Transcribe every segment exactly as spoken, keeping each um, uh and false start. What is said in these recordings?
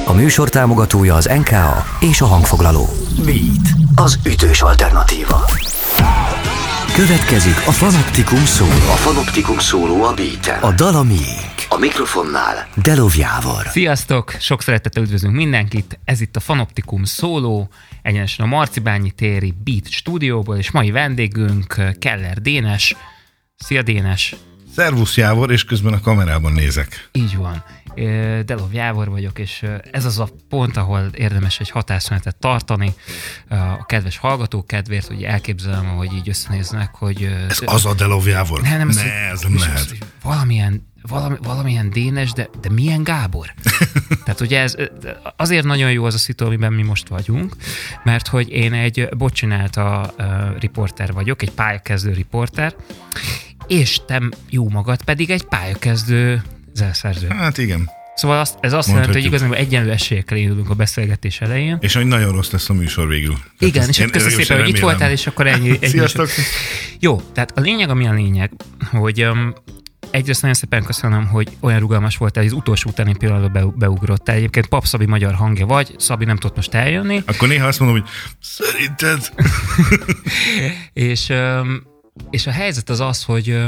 A műsor támogatója az en ká á és a hangfoglaló. Beat, az ütős alternatíva. Következik a Fanoptikum szóló. A Fanoptikum szóló a Beaten. A dal a miénk. A mikrofonnál Delov Jávor. Sziasztok! Sok szeretettel üdvözlünk mindenkit. Ez itt a Fanoptikum szóló, egyenesen a Marcibányi téri Beat stúdióból, és mai vendégünk Keller Dénes. Szia Dénes! Szervusz Jávor, és közben a kamerában nézek. Így van. Delov Jávor vagyok, és ez az a pont, ahol érdemes egy hatásszünetet tartani a kedves hallgatók kedvéért, hogy elképzelem, hogy így összenéznek, hogy... Ez az a Delov Jávor? Ne, nem, ne, ez nem lehet. Valamilyen, valami, valamilyen Dénes, de, de milyen Gábor? Tehát ugye ez azért nagyon jó az a szitu, amiben mi most vagyunk, mert hogy én egy botcsinálta uh, riporter vagyok, egy pályakezdő riporter, és te jó magad pedig egy pályakezdő zeneszerző. Hát igen. Szóval azt, ez azt jelenti, hogy igazából egyenlő esélyekkel indulunk a beszélgetés elején. És hogy nagyon rossz lesz a műsor végül. Tehát igen, és köszönöm szépen, hogy itt voltál, és akkor ennyi. Sziasztok! Jó, tehát a lényeg, ami a lényeg, hogy um, egyrészt nagyon szépen köszönöm, hogy olyan rugalmas voltál, hogy az utolsó utáni pillanatban beugrottál. Egyébként Pap Szabi magyar hangja vagy, Szabi nem tudott most eljönni. Akkor néha azt mondom, hogy szerinted... és, um, és a helyzet az az, hogy,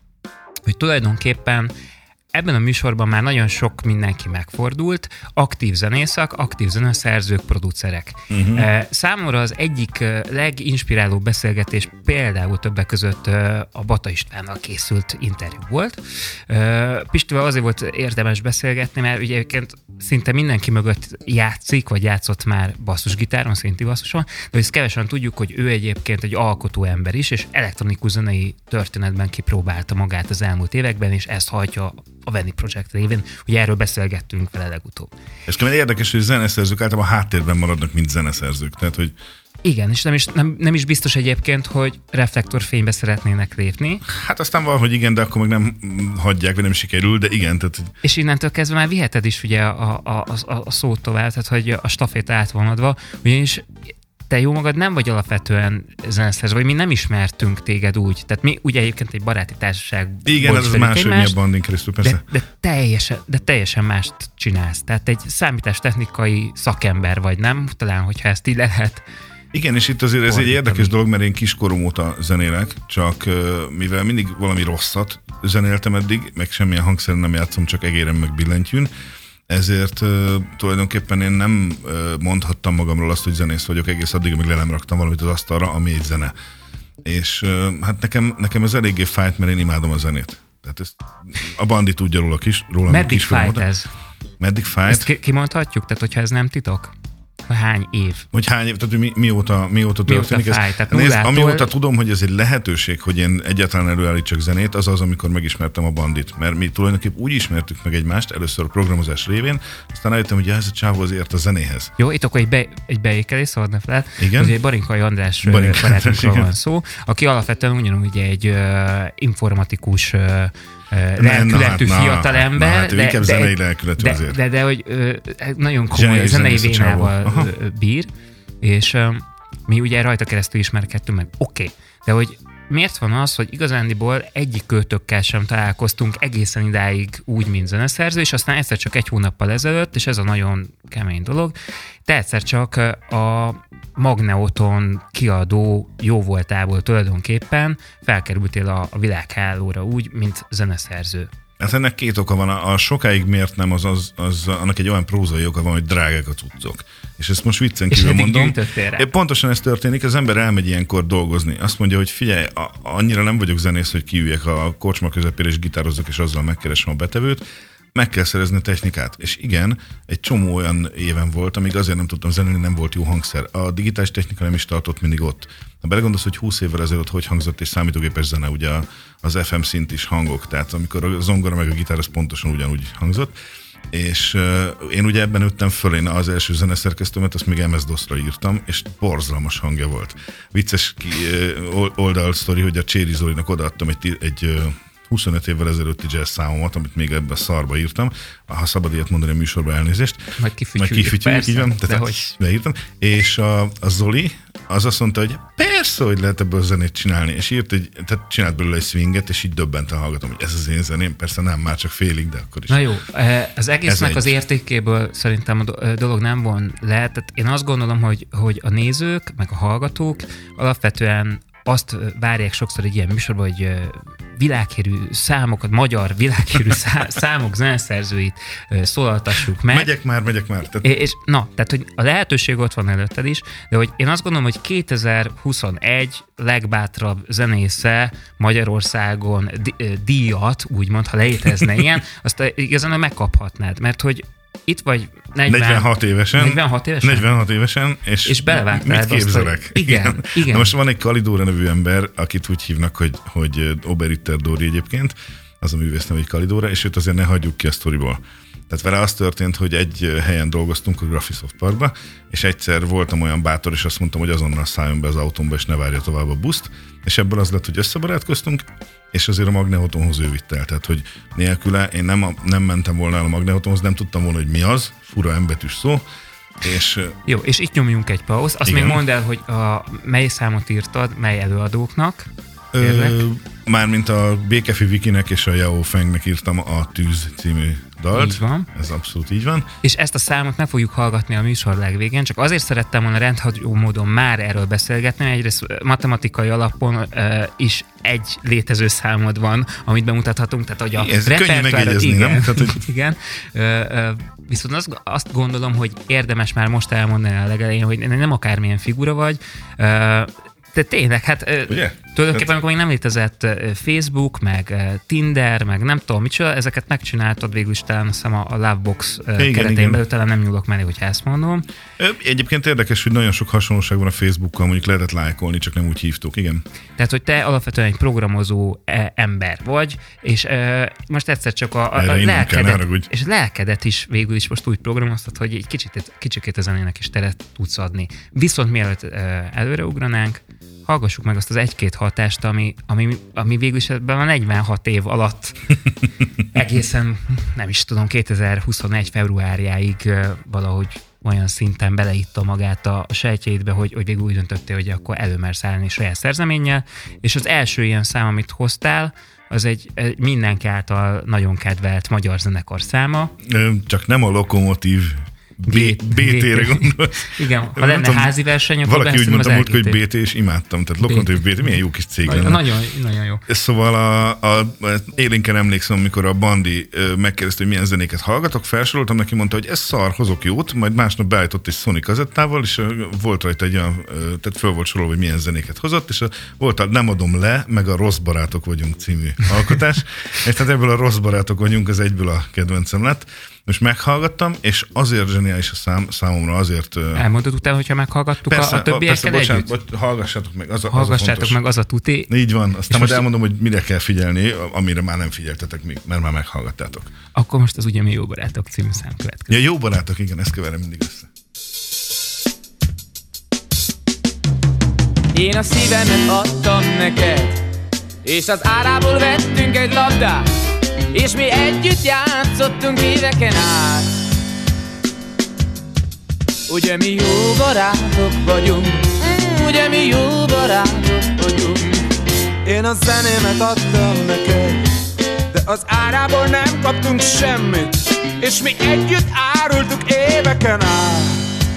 hogy tulajdonképpen ebben a műsorban már nagyon sok mindenki megfordult, aktív zenészek, aktív zeneszerzők, producerek. Uh-huh. Számomra az egyik leginspiráló beszélgetés például többek között a Bata Istvánnal készült interjú volt. Pistivel azért volt érdemes beszélgetni, mert ugye egyébként szinte mindenki mögött játszik, vagy játszott már basszusgitáron, szinti basszuson, de ezt kevesen tudjuk, hogy ő egyébként egy alkotó ember is, és elektronikus zenei történetben kipróbálta magát az elmúlt években, és ezt hajtja a Veni Project révén, hogy erről beszélgettünk vele legutóbb. És kemény érdekes, hogy zeneszerzők általában háttérben maradnak, mint zeneszerzők. Tehát, hogy... Igen, és nem is, nem, nem is biztos egyébként, hogy reflektorfénybe szeretnének lépni. Hát aztán valahogy igen, de akkor meg nem hagyják, vagy nem sikerül, de igen. Tehát... És innentől kezdve már viheted is ugye a, a, a, a szót tovább, tehát hogy a staféta átvonadva, ugyanis te jó magad nem vagy alapvetően zeneszerző, vagy mi nem ismertünk téged úgy. Tehát mi ugye egyébként egy baráti társaság. Igen, ez az más, hogy mi a bandin keresztül, persze. De, de, teljesen, de teljesen mást csinálsz. Tehát egy számítástechnikai szakember vagy, nem? Talán, hogyha ezt így lehet. Igen, és itt azért ez egy érdekes dolog, mert én kiskorom óta zenélek, csak mivel mindig valami rosszat zenéltem eddig, meg semmilyen hangszeren nem játszom, csak egérem meg billentyűn, ezért uh, tulajdonképpen én nem uh, mondhattam magamról azt, hogy zenész vagyok egész addig, amíg le nem raktam valamit az asztalra, ami egy zene. És uh, hát nekem, nekem ez eléggé fájt, mert én imádom a zenét. Tehát ezt a Bandi tudja róla kis, róla Meddig fájt ez? Meddig fájt? Ezt ki- kimondhatjuk? Tehát, hogyha ez nem titok? Hány év? Hogy hány év, tehát mi, mióta, mióta történik mióta fáj, ez? Tehát nézd, nullától... Amióta tudom, hogy ez egy lehetőség, hogy én egyáltalán előállítsak zenét, az az, amikor megismertem a Bandit. Mert mi tulajdonképpen úgy ismertük meg egymást, először a programozás révén, aztán eljöttem, hogy ez a csávó az ért a zenéhez. Jó, itt akkor egy, be, egy beékelés, szabadna fel. Igen? Ugye Barinkai András Barinkai barátunkról van szó, aki alapvetően ugyanúgy egy uh, informatikus uh, lelkületű na, fiatal ember, na, hát de, zenei lelkületű de, azért. de, de hogy ö, nagyon komoly zenei vénával bír, és ö, mi ugye rajta keresztül ismerkedtünk meg. Oké, okay. De hogy miért van az, hogy igazándiból egyik költökkel sem találkoztunk egészen idáig úgy, mint zeneszerző, és aztán egyszer csak egy hónappal ezelőtt, és ez a nagyon kemény dolog, te egyszer csak a Magneoton kiadó jóvoltából tulajdonképpen felkerültél a, a világhálóra úgy, mint zeneszerző. Hát ennek két oka van. A sokáig miért nem, az, az, az annak egy olyan prózai oka van, hogy drágák a cuccok. És ezt most viccen kívül mondom. Pontosan ez történik, az ember elmegy ilyenkor dolgozni. Azt mondja, hogy figyelj, a, annyira nem vagyok zenész, hogy kiüljek a kocsma közepére és gitározok, és azzal megkeresem a betevőt. Meg kell szerezni a technikát. És igen, egy csomó olyan éven volt, amíg azért nem tudtam zenélni, nem volt jó hangszer. A digitális technika nem is tartott mindig ott. Ha belegondolsz, hogy húsz évvel ezelőtt hogy hangzott és számítógépes zene, ugye az ef em szint is hangok, tehát amikor a zongora meg a gitár az pontosan ugyanúgy hangzott. És uh, én ugye ebben nőttem föl, én az első zeneszerkesztőmet, azt még em es dosra írtam, és borzalmas hangja volt. Vicces ki, uh, oldalsztori, hogy a Cséri Zolinak odaadtam egy, egy uh, huszonöt évvel ezelőtti jazz számomat, amit még ebben a szarba írtam, ha szabad ilyet mondani a műsorba, elnézést. Majd kifütyüljük, így van, tehát hogy beírtam. És a, a Zoli az azt mondta, hogy persze, hogy lehet ebből zenét csinálni, és írt, egy, tehát csinált belőle egy swinget, és így döbbenten hallgatom, hogy ez az én zeném, persze nem, már csak félig, de akkor is. Na jó, az egésznek az értékéből szerintem a dolog nem von le, tehát én azt gondolom, hogy, hogy a nézők, meg a hallgatók alapvetően azt várják sokszor egy ilyen műsorban, hogy világhírű számokat, magyar világhírű számok zeneszerzőit szólaltassuk meg. Megyek már, megyek már. Tehát... És, na, tehát, hogy a lehetőség ott van előtted is, de hogy én azt gondolom, hogy kétezer-huszonegy legbátrabb zenésze Magyarországon díjat, úgymond, ha létezne ilyen, azt igazán megkaphatnád, mert hogy itt vagy negyven, negyvenhat évesen. negyvenhat évesen? negyvenhat évesen, és, és mit képzelek? Azt, igen, igen. igen. Na most van egy Kalidóra nevű ember, akit úgy hívnak, hogy, hogy Oberritter Dóri egyébként, az a művész nevű Kalidóra, és őt azért ne hagyjuk ki a sztoriból. Tehát vele az történt, hogy egy helyen dolgoztunk a Graphisoft Parkba, és egyszer voltam olyan bátor, és azt mondtam, hogy azonnal szálljon be az autómba, és ne várja tovább a buszt, és ebből az lett, hogy összebarátkoztunk, és azért a Magnehotonhoz ő vitt el. Tehát, hogy nélküle én nem, nem mentem volna el a Magnehotonhoz, nem tudtam volna, hogy mi az, fura embetűs szó. És, jó, és itt nyomjunk egy pauz. Azt igen. Még mondd el, hogy a, mely számot írtad, mely előadóknak. Ö, mármint a Békefi Vikinek és a Yao Fengnek írtam a Tűz című dalt. Így van. Ez abszolút így van. És ezt a számot meg fogjuk hallgatni a műsor legvégén, csak azért szerettem volna rendhagyó módon már erről beszélgetni, mert egyrészt matematikai alapon uh, is egy létező számod van, amit bemutathatunk, tehát hogy a ez könnyű megjegyezni, igen, nem? Tehát, hogy... igen. Uh, uh, viszont azt, azt gondolom, hogy érdemes már most elmondani a legelején, hogy nem akármilyen figura vagy, uh, de tényleg, hát ugye? Tulajdonképpen, amikor még nem létezett Facebook, meg Tinder, meg nem tudom micsoda, ezeket megcsináltad végül is talán, azt hiszem a Lovebox keretein belül, talán nem nyúlok mellé, hogyha ezt mondom. Egyébként érdekes, hogy nagyon sok hasonlóság van a Facebookkal, mondjuk lehetett lájkolni, csak nem úgy hívtuk, igen. Tehát, hogy te alapvetően egy programozó ember vagy, és most egyszer csak a, a lelkedet, és lelkedet is végül is most úgy programoztad, hogy egy kicsit, kicsikét a zenének is teret tudsz adni. Viszont mielőtt előreugranánk, hallgassuk meg azt az egy-két hatást, ami, ami, ami végül is ebben a negyvenhat év alatt egészen, nem is tudom, kétezer-huszonegy februárjáig valahogy olyan szinten beleitta magát a sejtjeidbe, hogy, hogy végül úgy döntöttél, hogy akkor előmersz állni saját szerzeménnyel, és az első ilyen szám, amit hoztál, az egy, egy mindenki által nagyon kedvelt magyar zenekar száma. Csak nem a Lokomotív bé té-re gondolsz. Igen, ha lenne tudom, házi verseny, akkor valaki úgy mondta múlt, hogy bé té, és imádtam. Tehát Lokomotív bé té, milyen jó kis cég lenne. Nagyon, nagyon jó. Szóval a, a, élénken emlékszem, amikor a Bandi megkérdezte, hogy milyen zenéket hallgatok, felsoroltam, neki mondta, hogy ez szar, hozok jót, majd másnap beállított egy Sony kazettával, és volt rajta egy olyan, tehát föl volt sorolva, hogy milyen zenéket hozott, és volt a Nem adom le, meg a Rossz barátok vagyunk című alkotás. És tehát ebből a Rossz barátok vagyunk, az egyből a kedvencem lett. Most meghallgattam, és azért zseniális a szám, számomra, azért... Elmondod utána, hogyha meghallgattuk persze, a, a többiekkel persze, együtt? Bocsánat, hallgassátok meg, az a, Hallgassátok az a meg, az a tuti. Így van, aztán majd elmondom, hogy mire kell figyelni, amire már nem figyeltetek még, mert már meghallgattátok. Akkor most az ugye Mi jó barátok című szám következik. Ja, Jó barátok, igen, ezt keverem mindig össze. Én a szívemet adtam neked, és az árából vettünk egy labdát, és mi együtt játszottunk éveken át. Ugye mi jó barátok vagyunk, mm, ugye mi jó barátok vagyunk. Én a zenémet adtam neked, de az árából nem kaptunk semmit, és mi együtt árultuk éveken át.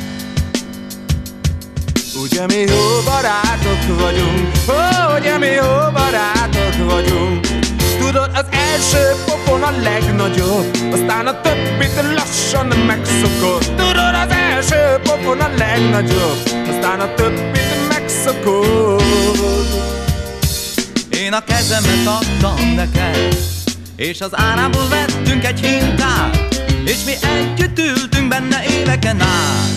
Ugye mi jó barátok vagyunk, ó, ugye mi jó barátok vagyunk. Tudod, az első pofon a legnagyobb, aztán a többit lassan megszokod. Tudod, az első pofon a legnagyobb, aztán a többit megszokod. Én a kezemet adtam neked, és az árából vettünk egy hintát, és mi együtt ültünk benne éveken át.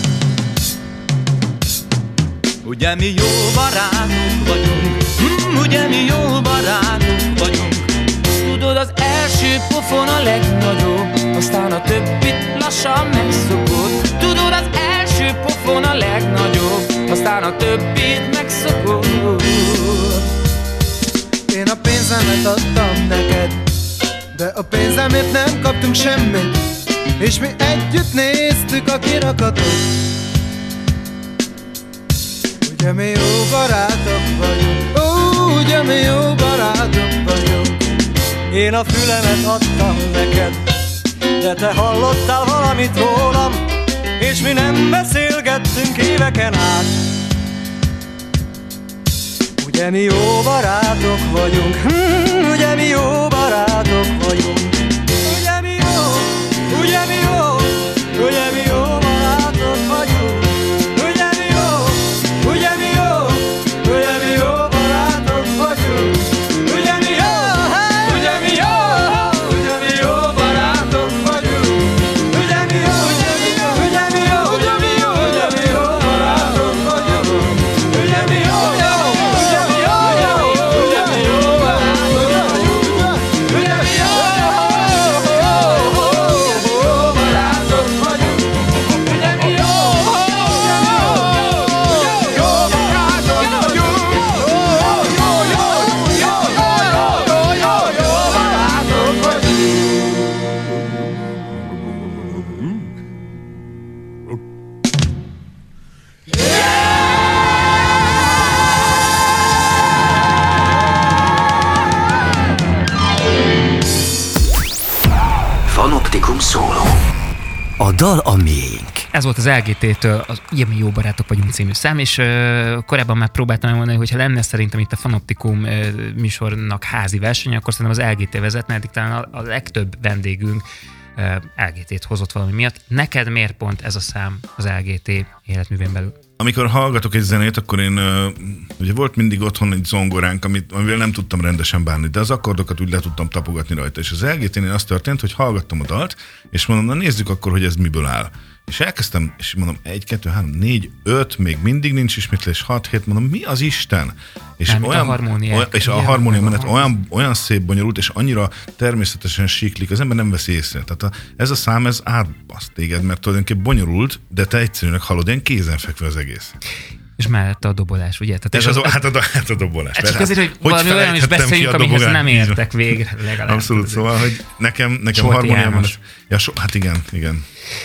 Ugye mi jó barátok vagyunk, mm, ugye mi jó barátok vagyunk. Tudod, az első pofon a legnagyobb, aztán a többit lassan megszokod. Tudod, az első pofon a legnagyobb, aztán a többit megszokod. Én a pénzemet adtam neked, de a pénzemért nem kaptunk semmit, és mi együtt néztük a kirakatot. Ugye mi jó barátok vagyunk, ó, ugye mi jó barátok vagyunk. Én a fülemet adtam neked, de te hallottál valamit rólam, és mi nem beszélgettünk éveken át. Ugye mi jó barátok vagyunk, hm, ugye mi jó barátok vagyunk. Ugye mi jó, ugye mi jó, ugye mi jó barátok vagyunk. Ugye mi jó, ugye mi jó, ugye mi jó barátok vagyunk. Ugye mi jó, ugye mi jó, ugye mi jó barátok vagyunk. Ugye mi jó, ugye mi jó, ugye mi jó, ugye mi jó, ugye mi jó barátok vagyunk. Ugye mi jó, ugye mi jó, ugye mi jó barátok vagyunk. Ugye mi jó, barátok vagyunk. Ugye mi jó, jó barátok vagyunk. Jó, jó, jó, jó, jó, jó, jó barátok vagyunk. Fanoptikum szóló. A dal a miénk. Ez volt az el gé té-től az Ugye mi jó barátok vagyunk című szám, és uh, korábban már próbáltam elmondani, hogy ha lenne szerintem itt a Fanoptikum uh, műsornak házi verseny, akkor szerintem az el gé té vezetne, eddig talán a, a legtöbb vendégünk uh, el gé té-t hozott valami miatt. Neked miért pont ez a szám az el gé té életművén belül? Amikor hallgatok egy zenét, akkor én, uh, ugye volt mindig otthon egy zongoránk, amit, amivel nem tudtam rendesen bánni, de az akkordokat úgy le tudtam tapogatni rajta. És az el gé té-nél az történt, hogy hallgattam a dalt, és mondom, na nézzük akkor, hogy ez miből áll. És elkezdtem, és mondom, egy, kettő, három, négy, öt, még mindig nincs ismétlés, hat, hét, mondom, mi az Isten? És, nem, olyan, a harmóniák, olyan, és a harmónia menet olyan, olyan szép bonyolult, és annyira természetesen siklik, az ember nem veszi észre. Tehát a, ez a szám, ez átbaszt téged, mert tulajdonképpen bonyolult, de te egyszerűen hallod, ilyen kézenfekvő az egész. És mellette a dobolás, ugye? Tehát és az, az, hát, a, hát a dobolás. Hát csak azért, hogy, hogy valami olyan is beszéljünk, amihez nem értek végre legalább. Abszolút, szóval, hogy nekem, nekem harmónia... Ja, so, hát igen, igen.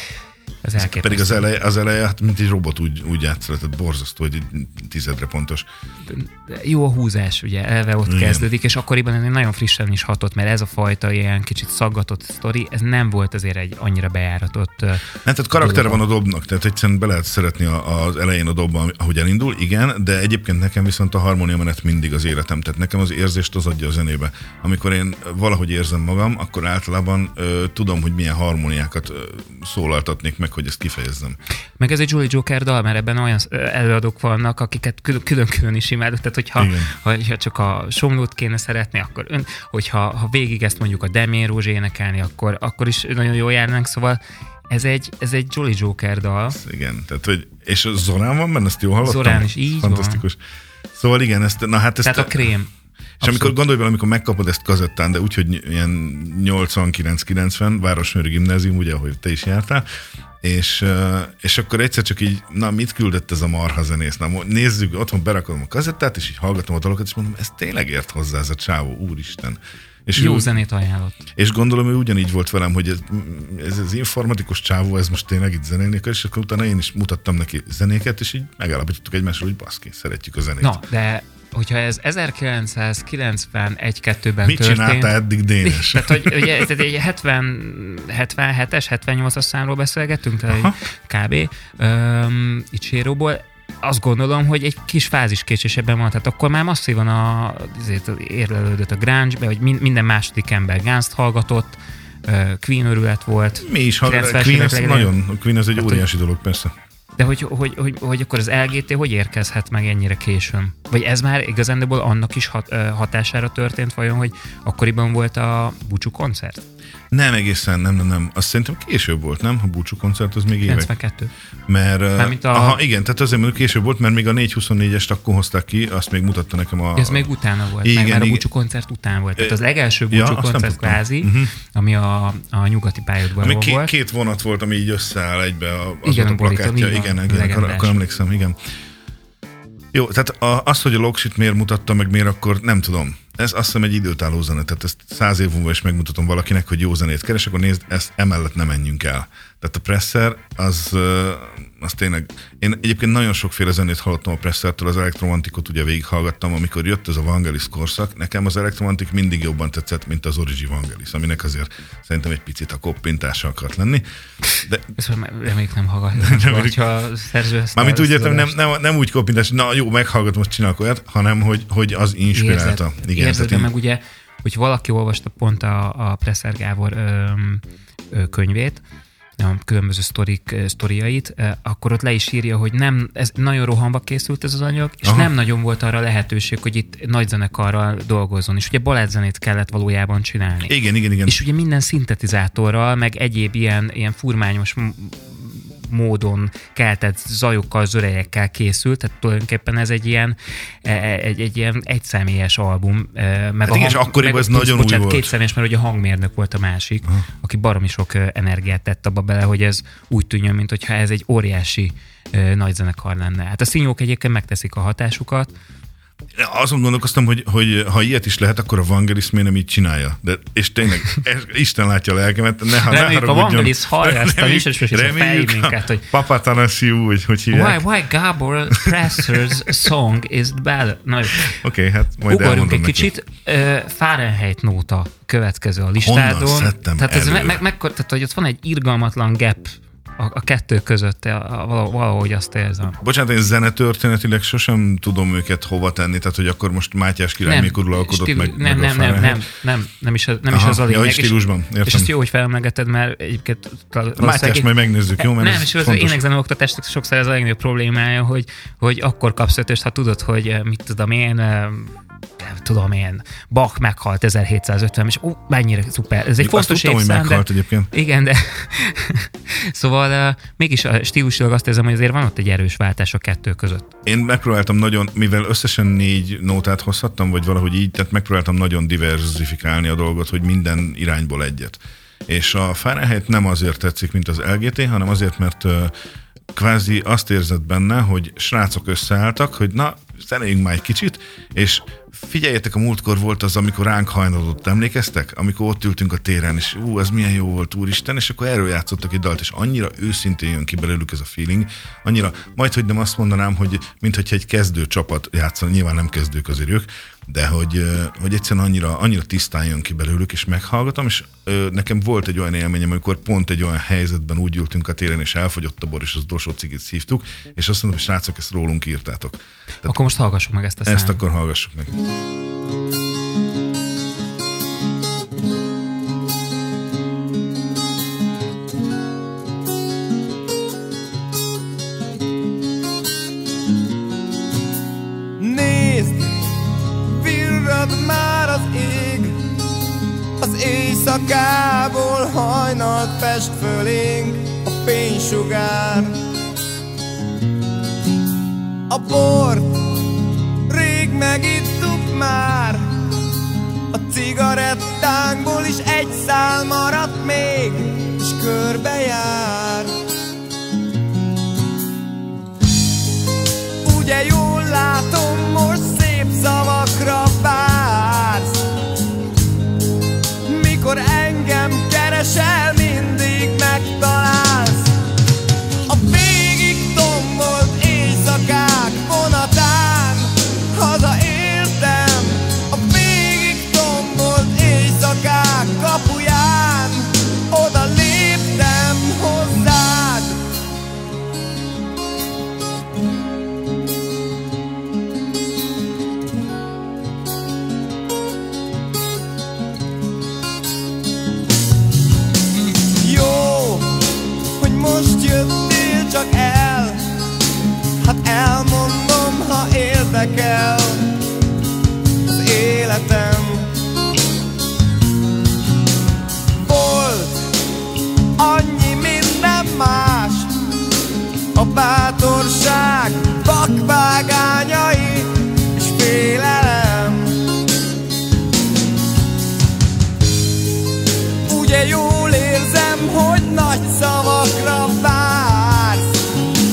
Az pedig az eleje, az eleje, hát mint egy robot úgy, úgy játszolott, borzasztó, hogy tizedre pontos. Jó a húzás, ugye, elve ott igen. kezdődik, és akkoriban ennél nagyon frissen is hatott, mert ez a fajta ilyen kicsit szaggatott sztori, ez nem volt azért egy annyira bejáratott... Nem, tehát karakter van a dobnak, tehát egyszerűen be lehet szeretni az elején a dobban, ahogy elindul, igen, de egyébként nekem viszont a harmónia menet mindig az életem, tehát nekem az érzést az adja a zenébe. Amikor én valahogy érzem magam, akkor általában ö, tudom, hogy milyen harmóniákat ö, szólaltatnék meg, hogy ezt kifejezzem. Meg ez egy Jolly Joker dal, mert ebben olyan előadók vannak, akiket külön-külön is imádok, tehát hogyha, hogyha csak a Somlót kéne szeretni, akkor ön, hogyha ha végig ezt mondjuk a Demén Rózs énekelni, akkor, akkor is nagyon jól járnánk, szóval ez egy, ez egy Jolly Joker dal. Igen, tehát hogy, és Zorán van benne, ezt jól hallottam? Zorán is, így fantasztikus. Van. Szóval igen, ezt, na hát ezt... Tehát a krém. És abszolút. Amikor gondolj bele, amikor megkapod ezt kazettán, de úgy, hogy ilyen nyolcvankilenc kilencven, Városmőri Gimnázium, ugye, ahogy te is jártál, és, és akkor egyszer csak így, na mit küldött ez a marha zenész? Na nézzük, otthon berakodom a kazettát, és így hallgatom a dalokat, és mondom, ez tényleg ért hozzá ez a csávó, úristen. És jó ő, zenét ajánlott. És gondolom, ő ugyanígy volt velem, hogy ez, ez az informatikus csávó, ez most tényleg itt zenélni akar, és akkor utána én is mutattam neki zenéket, és így megállapítottuk egymásról, hogy baszki, szeretjük a zenét. Na, de hogyha ez ezerkilencszázkilencvenegy-kettőben mit történt... Mit csinálta eddig Dénes? Tehát, hogy ugye, ez egy hetven, hetvenhetes, hetvennyolcas számról beszélgettünk, tehát kb. Um, itt Séróból. Azt gondolom, hogy egy kis fáziskésésebben van, tehát akkor már masszívan a, azért érlelődött a grunge, hogy minden második ember Guns-t hallgatott, Queen örület volt. Mi is hallgatott, Queen, ez nagyon, Queen ez egy hát, óriási dolog, persze. De hogy, hogy, hogy, hogy akkor az el gé té hogy érkezhet meg ennyire későn? Vagy ez már igazándiból annak is hat, hatására történt vajon, hogy akkoriban volt a Búcsú koncert? Nem egészen, nem, nem, nem. Azt szerintem később volt, nem? A Búcsú koncert az még évek. kilencvenkettő. Mert, a... aha, igen, tehát azért mondjuk később volt, mert még a négy huszonnégyest akkor hozták ki, azt még mutatta nekem a... Ez még utána volt, igen, meg már a Búcsú koncert után volt. Tehát az legelső Búcsú ja, koncert kvázi, uh-huh. ami a, a nyugati pályaudvarban volt. Két vonat volt, ami így összeáll egybe, az igen, a plakátja. Igen, igen, igen akkor, akkor emlékszem, igen. Jó, tehát a, azt, hogy a Loksit miért mutatta meg, miért akkor nem tudom. Ez azt hiszem egy időtálló zene, tehát ezt száz év múlva is megmutatom valakinek, hogy jó zenét keres, akkor nézd, ezt emellett nem menjünk el. Tehát a Presser, az, az tényleg... Én egyébként nagyon sokféle zenét hallottam a Pressertől, az elektromantikot ugye végighallgattam, amikor jött ez a Vangelis korszak. Nekem az elektromantik mindig jobban tetszett, mint az Origi Vangelis, aminek azért szerintem egy picit a koppintása akart lenni. De... Ezt reméljük nem hallgattam, hogyha a szerző ezt... Mármint úgy értem, nem, nem, nem úgy koppintás, na jó, meghallgatom, most csinálok olyat, hanem hogy, hogy az inspirálta. Érzed, Igen, érzed, de én... meg ugye, hogy valaki olvasta pont a, a Presser Gábor ö, ö, könyvét, a különböző sztorik, sztoriait, akkor ott le is írja, hogy nem, ez nagyon rohanba készült ez az anyag, és Aha. nem nagyon volt arra lehetőség, hogy itt nagy zenekarral dolgozzon. És ugye balettzenét kellett valójában csinálni. Igen, igen, igen. És ugye minden szintetizátorral, meg egyéb ilyen, ilyen furmányos módon keltett zajokkal, zörejekkel készült, tehát tulajdonképpen ez egy ilyen egy, egy ilyen egyszemélyes album. Meg hát a igen, hang, akkoriban ez nagyon bocsánat, új volt. Kétszemélyes, mert ugye a hangmérnök volt a másik, Aha. aki baromi sok energiát tett abba bele, hogy ez úgy tűnjön, mintha ez egy óriási nagy zenekar lenne. Hát a színyók egyébként megteszik a hatásukat. Azon gondolkoztam, hogy, hogy ha ilyet is lehet, akkor a Vangelis miért nem így csinálja. De, és tényleg, ez, Isten látja a lelkemet. Ne, ne reméljük, a Vangelis hallja ezt a műsorosról, és a fejminket, hogy Papa Tanasiu, hogy hogy hívják. Why, why Gábor Presser's song is bad? Oké, okay, hát majd ugorjunk egy neki. Kicsit. Uh, Fahrenheit nóta következő a listádon. Honnan szedtem tehát, ez me, me, me, tehát, hogy ott van egy irgalmatlan gap a, a kettő között, a, a, valahogy azt érzem. Bocsánat, én zenetörténetileg sosem tudom őket hova tenni, tehát hogy akkor most Mátyás király mikor uralkodott stíl, meg, nem, meg nem, nem, nem, nem, nem is, nem is az a lényeg. Ja, stílusban, értem. És ezt jó, hogy felemlegeted, mert egyébként... Mátyás majd megnézzük, jó? Mert nem, és az énekzeneoktatásnak sokszor ez a legnagyobb problémája, hogy, hogy akkor kapsz ötöst, ha tudod, hogy mit tudom én... nem tudom én, Bach meghalt ezerhétszázötven, és ó, mennyire szuper. Ez egy fontos évszám, hogy meghalt de, egyébként. Igen, de szóval uh, mégis a stílusilag azt érzem, hogy azért van ott egy erős váltás a kettő között. Én megpróbáltam nagyon, mivel összesen négy nótát hozhattam, vagy valahogy így, tehát megpróbáltam nagyon diversifikálni a dolgot, hogy minden irányból egyet. És a Fahrenheit nem azért tetszik, mint az el gé té, hanem azért, mert uh, kvázi azt érzed benne, hogy srácok összeálltak, hogy na, zenéljünk már egy kicsit, és figyeljetek, a múltkor volt az, amikor ránk hajnalodott, emlékeztek? Amikor ott ültünk a téren, és ú, ez milyen jó volt, úristen, és akkor erről játszottak egy dalt, és annyira őszintén jön ki belőlük ez a feeling, annyira, majd hogy nem azt mondanám, hogy mintha egy kezdő csapat játszana, nyilván nem kezdő közé ők, de hogy, hogy egyszerűen annyira, annyira tisztán jön ki belőlük, és meghallgatom, és ö, nekem volt egy olyan élményem, amikor pont egy olyan helyzetben úgy ültünk a téren, és elfogyott a bor, és az dorsó cigit szívtuk, és azt mondom, hogy srácok, ezt rólunk írtátok. Tehát akkor most hallgassuk meg ezt a számot. Ezt akkor hallgassuk meg. Már az ég, az éjszakából hajnalt fest fölénk a fénysugár. A bort rég megittuk már, a cigarettánkból is egy szál maradt még, és körbejár. Ugye jól látom, most szép szavakra vársz, mikor engem keresel, mindig megtalálsz. A végig tombolt éjszakák vonatán hazaértem, a végig tombolt éjszakák kapuján oda léptem hozzád. Most jöttél csak el, hát elmondom, ha érdekel az életem. Volt annyi minden más, a bátorság vakvágányai és félelem. Ugye jól érzem, hogy nagy szavakra vársz,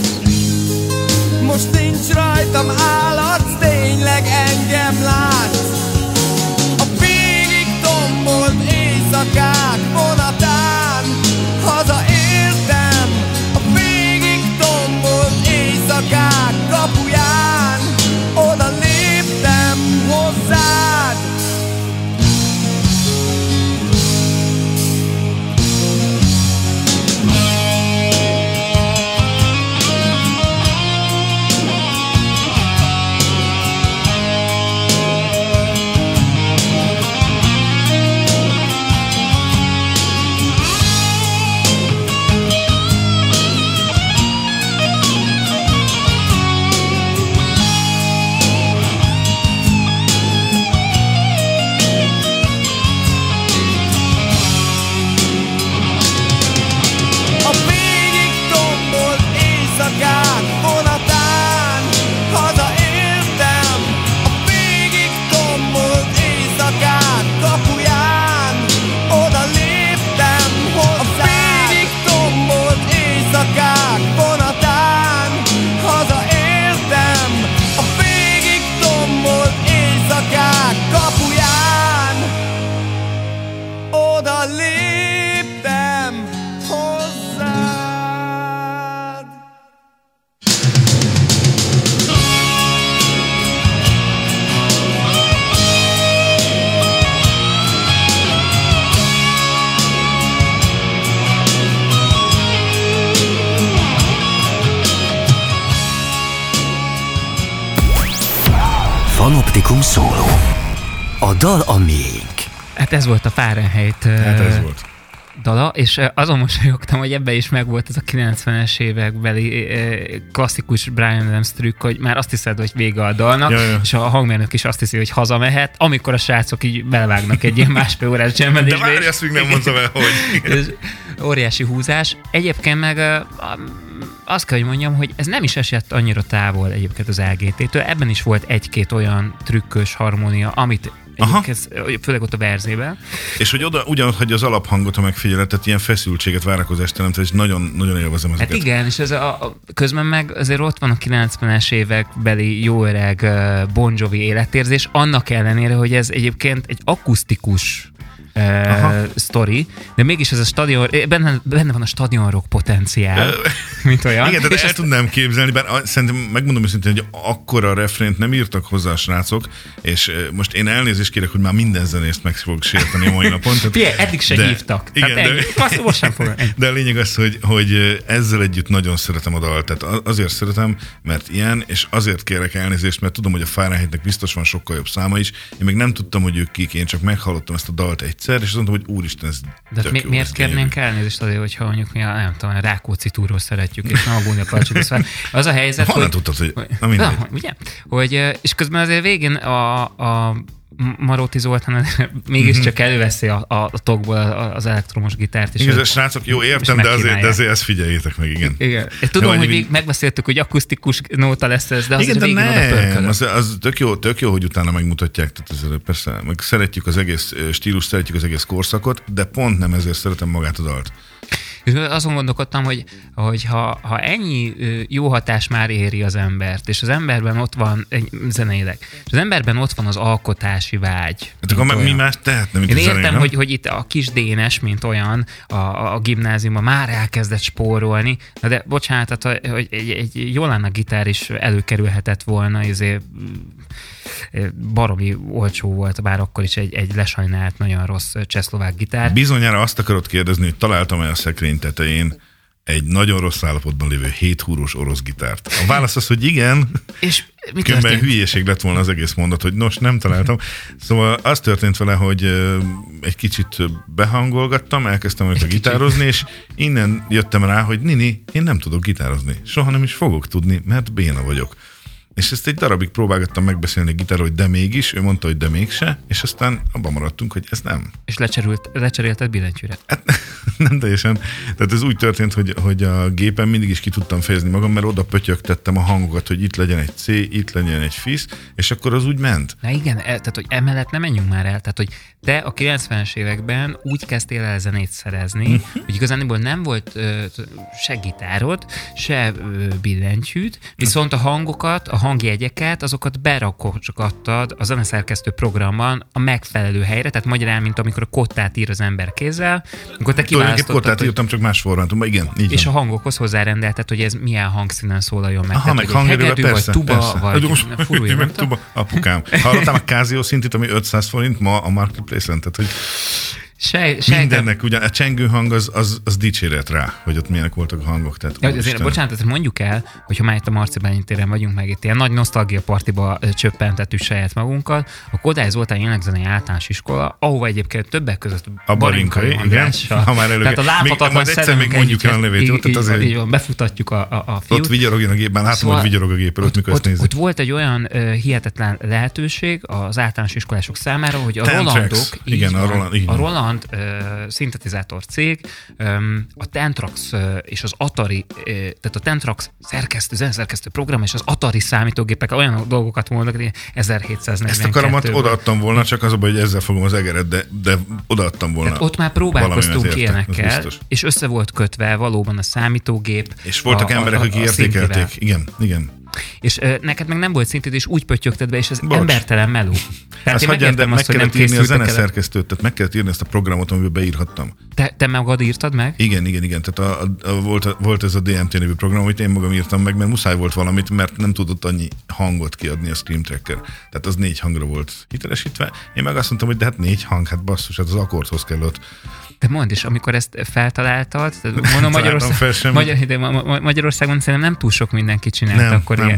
most nincs rajtam állatsz, tényleg engem látsz. A végig tombolt éjszakák vonatán hazaértem, Optikum szóló. A dal a miénk. Hát ez volt a Fahrenheit hát ez volt. dala, és azon mosolyogtam, hogy ebben is megvolt ez a kilencvenes évekbeli klasszikus Bryan Adams trükk, hogy már azt hiszed, hogy vége a dalnak, ja, ja. és a hangmérnök is azt hiszi, hogy hazamehet, amikor a srácok így belevágnak egy ilyen másfél órás dzsemmelésbe. De várj, ezt még nem mondtam el, hogy... Óriási húzás. Egyébként meg azt kell, hogy mondjam, hogy ez nem is esett annyira távol egyébként az el gé té-től. Ebben is volt egy-két olyan trükkös harmónia, amit főleg ott a verzében. És hogy oda ugyanúgy az alaphangot, ha megfigyeled, tehát ilyen feszültséget, várakozást teremt, és nagyon, nagyon élvezem ezeket. Hát igen, és ez a, a, közben meg azért ott van a kilencvenes évekbeli jó öreg Bon Jovi életérzés, annak ellenére, hogy ez egyébként egy akusztikus Uh, sztori, de mégis ez a stadion, benne, benne van a stadion rock potenciál, mint olyan. Igen, tehát el ezt... tudnám képzelni, bár szerintem megmondom őszintén, hogy akkora refrént nem írtak hozzá a srácok, és most én elnézést kérek, hogy már minden zenészt meg fogok sérteni a mai napon. Tehát, Fie, eddig se de, hívtak. Igen, tehát de, ennyi, most sem fogom. De a lényeg az, hogy, hogy ezzel együtt nagyon szeretem a dalt. Tehát azért szeretem, mert ilyen, és azért kérek elnézést, mert tudom, hogy a Fahrenheitnek biztos van sokkal jobb száma is. Én még nem tudtam, hogy ők kik, én csak meghallottam ezt a dalt egyszer, és azt mondtam, hogy úristen, ez de mi, jó, miért kérnénk elnézést azért, hogyha mondjuk mi a, nem tudom, a Rákóczi túról szeretjük, és nem a Gúnia Palcsit. Az a helyzet, honnan hogy... tudtad, hogy... Na mindegy. Ugye? Hogy, és közben azért végén a, a Maróti Zoltán mégiscsak előveszi a, a, a tokból az elektromos gitárt. És igen, srácok, jó, értem, de azért, de azért ezt figyeljétek meg, igen. igen. Tudom, hogy még megbeszéltük, hogy akusztikus nóta lesz ez, de az, igen, az de végén oda pörkölök. Az, az tök, jó, tök jó, hogy utána megmutatják, tehát ez, persze, meg szeretjük az egész stílus, szeretjük az egész korszakot, de pont nem ezért szeretem magát a dalt. És azon gondolkodtam, hogy, hogy ha, ha ennyi jó hatás már éri az embert, és az emberben ott van, zeneileg, és az emberben ott van az alkotási vágy. Hát akkor mi más tehetne, mint Én a értem, zenei, hogy, hogy itt a kis Dénes, mint olyan, a, a gimnáziumban már elkezdett spórolni, de bocsánat, tehát, hogy egy, egy Jolana gitár is előkerülhetett volna, ezért baromi olcsó volt, bár akkor is egy, egy lesajnált, nagyon rossz csehszlovák gitár. Bizonyára azt akarod kérdezni, hogy találtam-e a szekrény tetején egy nagyon rossz állapotban lévő héthúrós orosz gitárt. A válasz az, hogy igen, és mi különben hülyéség lett volna az egész mondat, hogy nos, nem találtam. Szóval az történt vele, hogy egy kicsit behangolgattam, elkezdtem őt a gitározni, és innen jöttem rá, hogy Nini, én nem tudok gitározni. Soha nem is fogok tudni, mert béna vagyok. És ezt egy darabig próbálgattam megbeszélni a gitárról, hogy de mégis, ő mondta, hogy de mégse, és aztán abban maradtunk, hogy ez nem. És lecserült, lecserélted billentyűre? Hát nem teljesen. Tehát ez úgy történt, hogy, hogy a gépen mindig is ki tudtam fejezni magam, mert oda pötyögtettem a hangokat, hogy itt legyen egy C, itt legyen egy fisz, és akkor az úgy ment. Na igen, tehát hogy emellett nem menjünk már el. Tehát, hogy te a kilencvenes években úgy kezdtél el zenét szerezni, hogy igazából nem volt ö, se gitárod, se ö, billentyűd, viszont a hangokat, a hangjegyeket, azokat berakogattad a zeneszerkesztő programban a megfelelő helyre, tehát magyarán, mint amikor a kottát ír az ember kézzel, akkor te kiválasztottad, kottát írtam, csak más formátumban, igen. Így és van. A hangokhoz hozzárendelted, hogy ez milyen hangszínen szólaljon meg. Aha, tehát, meg hangerővel, hegedű, persze, vagy tuba, persze. vagy furulja, meg tuba. Apukám. Hallottál a Casio szintit, ami ötszáz forint ma a Marketplace-en? Tehát, hogy Sej, sej, mindennek, ugyan a csengő hang az, az, az dicséret rá, hogy ott milyenek voltak a hangok. Tehát, ja, azért, bocsánat, ezt mondjuk el, hogyha már itt a Marci téren vagyunk, meg itt ilyen nagy nosztalgia partiba csöppentettük saját magunkat, a Kodály Zoltán Énekzenei Általános Iskola, ahova egyébként többek között a Barinkai, igen. Ha már tehát a láthatatlan szemünk mondjuk el a nevét, így, ott így, azért így van, befutatjuk a, a, a fiút. Ott vigyorogjon a gépben, látom, szóval, hogy vigyorog a gépről, ott, mikor ott, ezt ott volt egy olyan uh, hihetetlen lehetőség az általános iskolások számára, hogy a Ten Rolandok, tracks. Igen, van, a Roland, a Roland uh, szintetizátor cég, a Tentrax és az Atari, tehát a Tentrax szerkesztő, zeneszerkesztő program és az Atari számítógépek olyan dolgokat mondnak, hogy ezerhétszáznegyvenkettő. Ezt a karamat odaadtam volna, csak az a baj, hogy ezzel fogom az egeret, de, de odaadtam volna. Tehát ott már próbálkoztunk ilyenekkel, és össze volt kötve valóban a számítógép. És voltak a, emberek, a, a, akik értékelték. Igen, igen. És uh, neked meg nem volt szintid, és úgy pöttyögted be, és ez Bocs. embertelen meló. Tehát én hagyján, de meg azt, kellett írni a zeneszerkesztőt, tehát meg kellett írni ezt a programot, amiben beírhattam. Te, te magad írtad meg? Igen, igen, igen. Tehát a, a, a, volt, volt ez a dé em té nevű program, amit én magam írtam meg, mert muszáj volt valamit, mert nem tudott annyi hangot kiadni a Scream Tracker. Tehát az négy hangra volt hitelesítve. Én meg azt mondtam, hogy de hát négy hang, hát basszus, hát az akkordhoz kell ott. De mondd, és amikor ezt feltaláltad, mondom, Magyarország, Magyar, de Magyarországon szerintem nem túl sok mindenki csinálta nem, akkor nem. ilyen.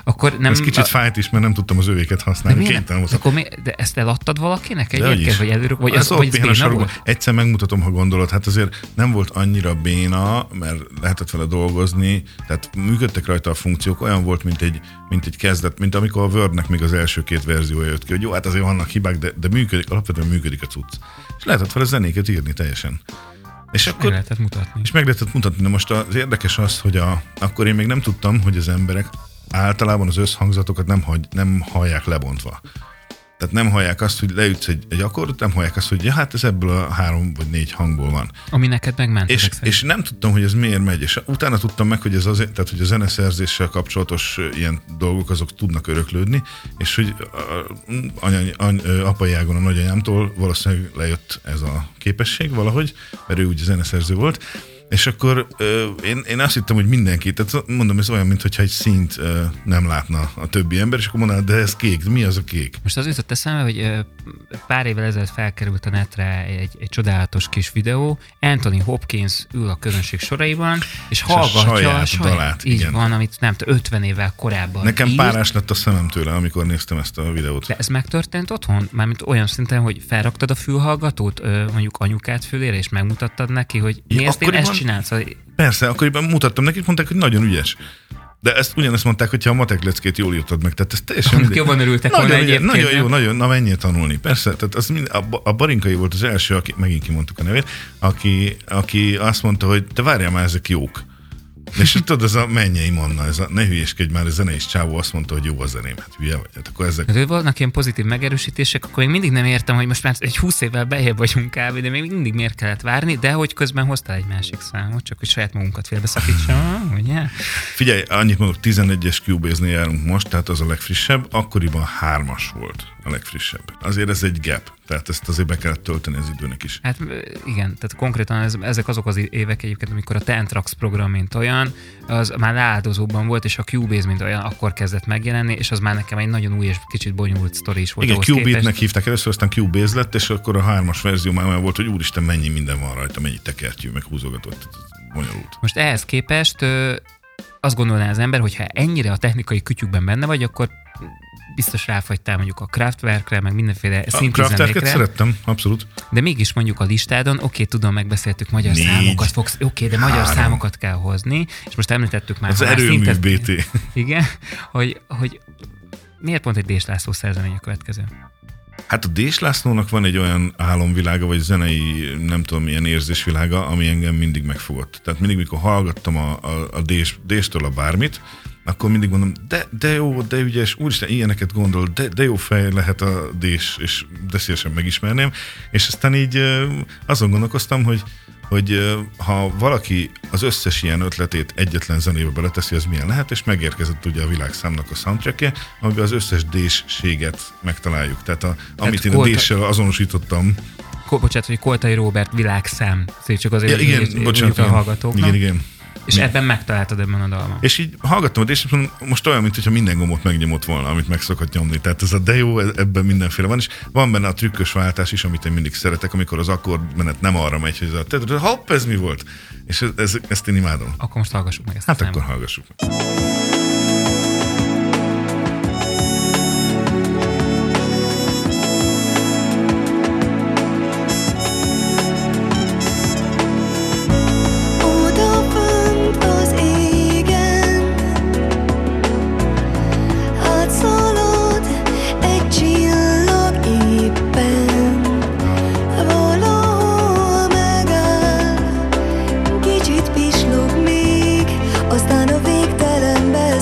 Akkor nem... Ez kicsit fájt is, mert nem tudtam az övéket használni. De, de, akkor mi, de ezt eladtad valakinek egyébként? Vagy előre, vagy az, az, vagy ez béna volt? Egyszer megmutatom, ha gondolod. Hát azért nem volt annyira béna, mert lehetett vele dolgozni, tehát működtek rajta a funkciók, olyan volt, mint egy, mint egy kezdet, mint amikor a Wordnek még az első két verziója jött ki, hogy jó, hát azért vannak hibák, de, de működik, alapvetően működik a cucc. És lehetett vele zenéket írni teljesen. És akkor, meg lehetett mutatni. És meg lehetett mutatni. De most az érdekes az, hogy a, akkor én még nem tudtam, hogy az emberek általában az összhangzatokat nem, hagy, nem hallják lebontva. Tehát nem hallják azt, hogy leütsz egy, egy akkordot, nem hallják azt, hogy ja, hát ez ebből a három vagy négy hangból van. Ami neked megment. És, és nem tudtam, hogy ez miért megy. És utána tudtam meg, hogy ez azért, tehát hogy a zeneszerzéssel kapcsolatos ilyen dolgok azok tudnak öröklődni, és hogy anya, any, apai ágon a nagyanyámtól valószínűleg lejött ez a képesség valahogy, mert ő ugye zeneszerző volt. És akkor ö, én, én azt hittem, hogy mindenki, tehát mondom, ez olyan, mintha egy színt ö, nem látna a többi ember, és akkor mondaná, de ez kék, de mi az a kék? Most az jutott eszembe, hogy ö, pár évvel ezelőtt felkerült a netre egy, egy csodálatos kis videó, Anthony Hopkins ül a közönség soraiban, és, és hallgatja a saját, a saját dalát. Így igen. Van, amit nem tudom, ötven évvel korábban Nekem írt. Párás lett a szemem tőle, amikor néztem ezt a videót. De ez megtörtént otthon? Mármint olyan szinten, hogy felraktad a fülhallgatót, ö, mondjuk anyukát fülére, és megmutattad neki, hogy mi ezt én ezt csinálsz? Persze, akkoriban mutattam nekik, mondták, hogy nagyon ügyes. De ezt ugyanezt mondták, hogyha a matek leckét jól írtad meg. Tehát ez teljesen mindegy. Jobban örültek volna egyébként. Nagyon jó, nagyon, na menjél tanulni. Persze, tehát az mind, a, a Barinkai volt az első, aki, megint kimondtuk a nevét, aki, aki azt mondta, hogy te várjál már, ezek jók. És tudod, ez a mennyei Manna, ez a ne hülyéskedj már, a zenei csávó azt mondta, hogy jó a zeném. Hát hülye vagy. Hát akkor ezek... Hát, vannak ilyen pozitív megerősítések, akkor még mindig nem értem, hogy most már egy húsz évvel bejebb vagyunk kb., de még mindig miért kellett várni, de hogy közben hoztál egy másik számot, csak hogy saját magunkat félbeszakítsam, ugye? Figyelj, annyit mondok, tizenegyes Cubase-nél járunk most, tehát az a legfrissebb, akkoriban hármas volt a legfrissebb. Azért ez egy gap, tehát ezt azért be kellett tölteni az időnek is. Hát igen, tehát konkrétan ez, ezek azok az évek egyébként, amikor a Tentrax program, mint olyan, az már leáldozóban volt, és a Cubase, mint olyan, akkor kezdett megjelenni, és az már nekem egy nagyon új és kicsit bonyolult sztori is volt. Igen, Cubase-nek hívták először, aztán Cubase lett, és akkor a hármas verzió már olyan volt, hogy úristen, mennyi minden van rajta, mennyi tekertyű, meg húzogatott, bonyolult. Most ehhez képest ö, azt gondolná az ember, hogy ha ennyire a technikai kütyükben benne vagy, akkor biztos ráfagytál mondjuk a Kraftwerkre, meg mindenféle szintű zenékre. A Kraftwerket szerettem, abszolút. De mégis mondjuk a listádon, oké, okay, tudom, megbeszéltük, magyar Négy. számokat fogsz, oké, okay, de magyar Három. számokat kell hozni, és most említettük már. Az erőmű bé té. Igen, hogy, hogy miért pont egy Dés László szerzemény a következő? Hát a Dés Lászlónak van egy olyan álomvilága, vagy zenei, nem tudom milyen érzésvilága, ami engem mindig megfogott. Tehát mindig, mikor hallgattam a, a, a Dés, Déstől a bármit, akkor mindig mondom, de, de jó, de ügyes, úristen, ilyeneket gondol, de, de jó fej lehet a Dés, és de szívesen megismerném. És aztán így azon gondolkoztam, hogy, hogy ha valaki az összes ilyen ötletét egyetlen zenébe beleteszi, az milyen lehet, és megérkezett ugye a világszámnak a soundtrackje, amiben az összes Dés-séget megtaláljuk. Tehát a, amit Tehát én Kolta... a Déssel azonosítottam. Ko, bocsánat, hogy Koltai Róbert világszám, szóval csak azért, ja, igen, bocsánat, a hallgatóknak. Igen, igen. És ebben megtaláltad ebben a dalban. És így hallgattam, és most olyan, mintha minden gombot megnyomott volna, amit meg szokott nyomni. Tehát ez a de jó, ebben mindenféle van, és van benne a trükkös váltás is, amit én mindig szeretek, amikor az akkordmenet nem arra megy, hogy ez a hopp, ez mi volt? És ez, ez, ezt én imádom. Akkor most hallgassuk meg ezt. Hát akkor hallgassuk meg. Aztán a végtelenben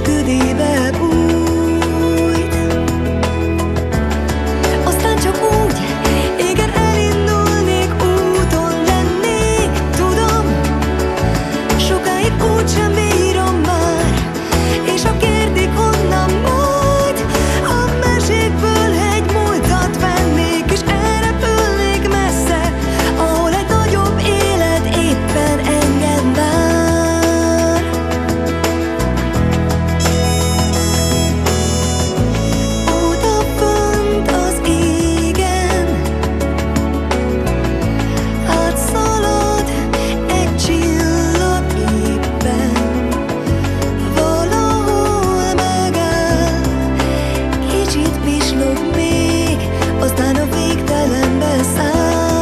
tüdébe bújt. Aztán csak úgy, igen, elindulnék, úton lennék, tudom, sokáig úgysem bírom már, és ha kérdik honnan majd, a mesékből egy múltat vennék, és elrepülnék messze, ahol egy nagyobb élet éppen engem vár. Odafönt az égen átszalad egy csillag éppen, valahol megáll, kicsit pislog még, aztán a végtelenbe száll.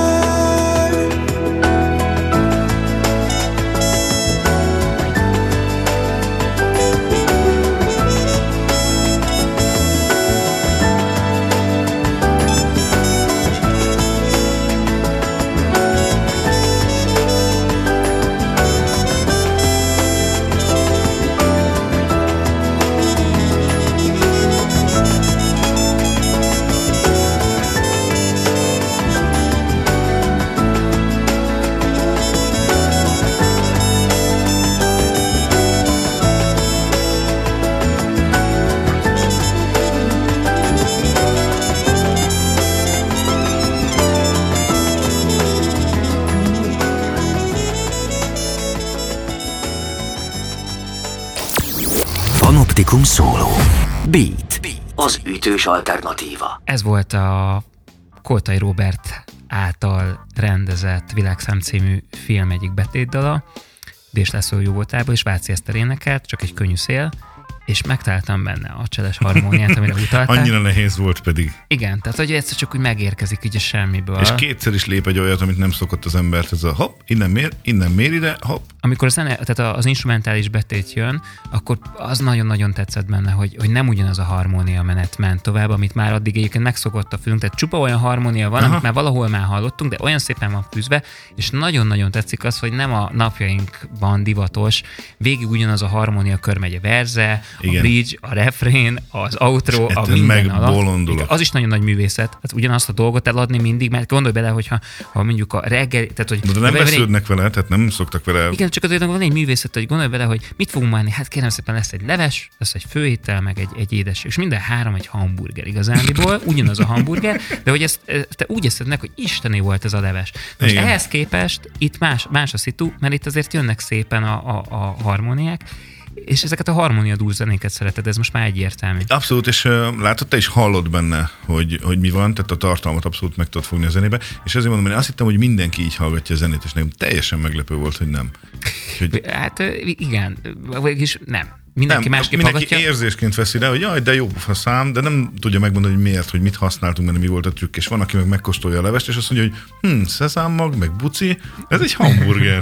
Panoptikum Szóló. Beat. Az ütős alternatíva. Ez volt a Koltai Róbert által rendezett Világszám című film egyik betétdala. Dés László jó voltából, és Váci Eszter énekelt, csak egy könnyű szél, és megtaláltam benne a cseles harmóniát, amire utaltál. Annyira nehéz volt pedig. Igen, tehát hogy egyszer csak úgy megérkezik így a semmiből. És kétszer is lép egy olyat, amit nem szokott az embert, ez a hopp, innen mér, innen mér ide, hopp. Amikor a zene, tehát az instrumentális betét jön, akkor az nagyon-nagyon tetszett benne, hogy, hogy nem ugyanaz a harmónia menet ment tovább, amit már addig egyébként megszokott a fülünk. Tehát csupa olyan harmónia van, Aha. amit már valahol már hallottunk, de olyan szépen van fűzve, és nagyon-nagyon tetszik az, hogy nem a napjainkban divatos, végig ugyanaz a harmónia kör megy a verze, igen. a bridge, a refrén, az outro, a minden alatt. Az is nagyon nagy művészet, hát ugyanazt a dolgot eladni mindig, mert gondolj bele, hogyha ha mondjuk a reggel, tehát hogy... De nem vesződnek vele, tehát nem szoktak vele... Igen, csak azért van egy művészet, hogy gondolj bele, hogy mit fogunk várni, hát kérem szépen lesz egy leves, lesz egy főétel, meg egy, egy édesség, és minden három egy hamburger igazándiból, ugyanaz a hamburger, de hogy ezt te úgy eszed meg, hogy isteni volt ez a leves. Most igen. ehhez képest itt más, más a szitu, mert itt azért jönnek szépen a, a, a harmóniák, és ezeket a harmóniadús zenéket szereted, ez most már egyértelmű. Abszolút, és uh, látod, te is hallod benne, hogy, hogy mi van, tehát a tartalmat abszolút meg tudod fogni a zenébe, és ezért mondom, én azt hittem, hogy mindenki így hallgatja a zenét, és nekem teljesen meglepő volt, hogy nem. Hogy... Hát igen, vagyis nem. Mindenki nem, másképp mindenki hallgatja. Érzésként veszi le, hogy jaj, de jó a szám, de nem tudja megmondani, hogy miért, hogy mit használtunk benne, mi volt a trükk, és van, aki meg megkóstolja a levest, és azt mondja, hogy hm, szezámmag, meg buci, ez egy hamburger.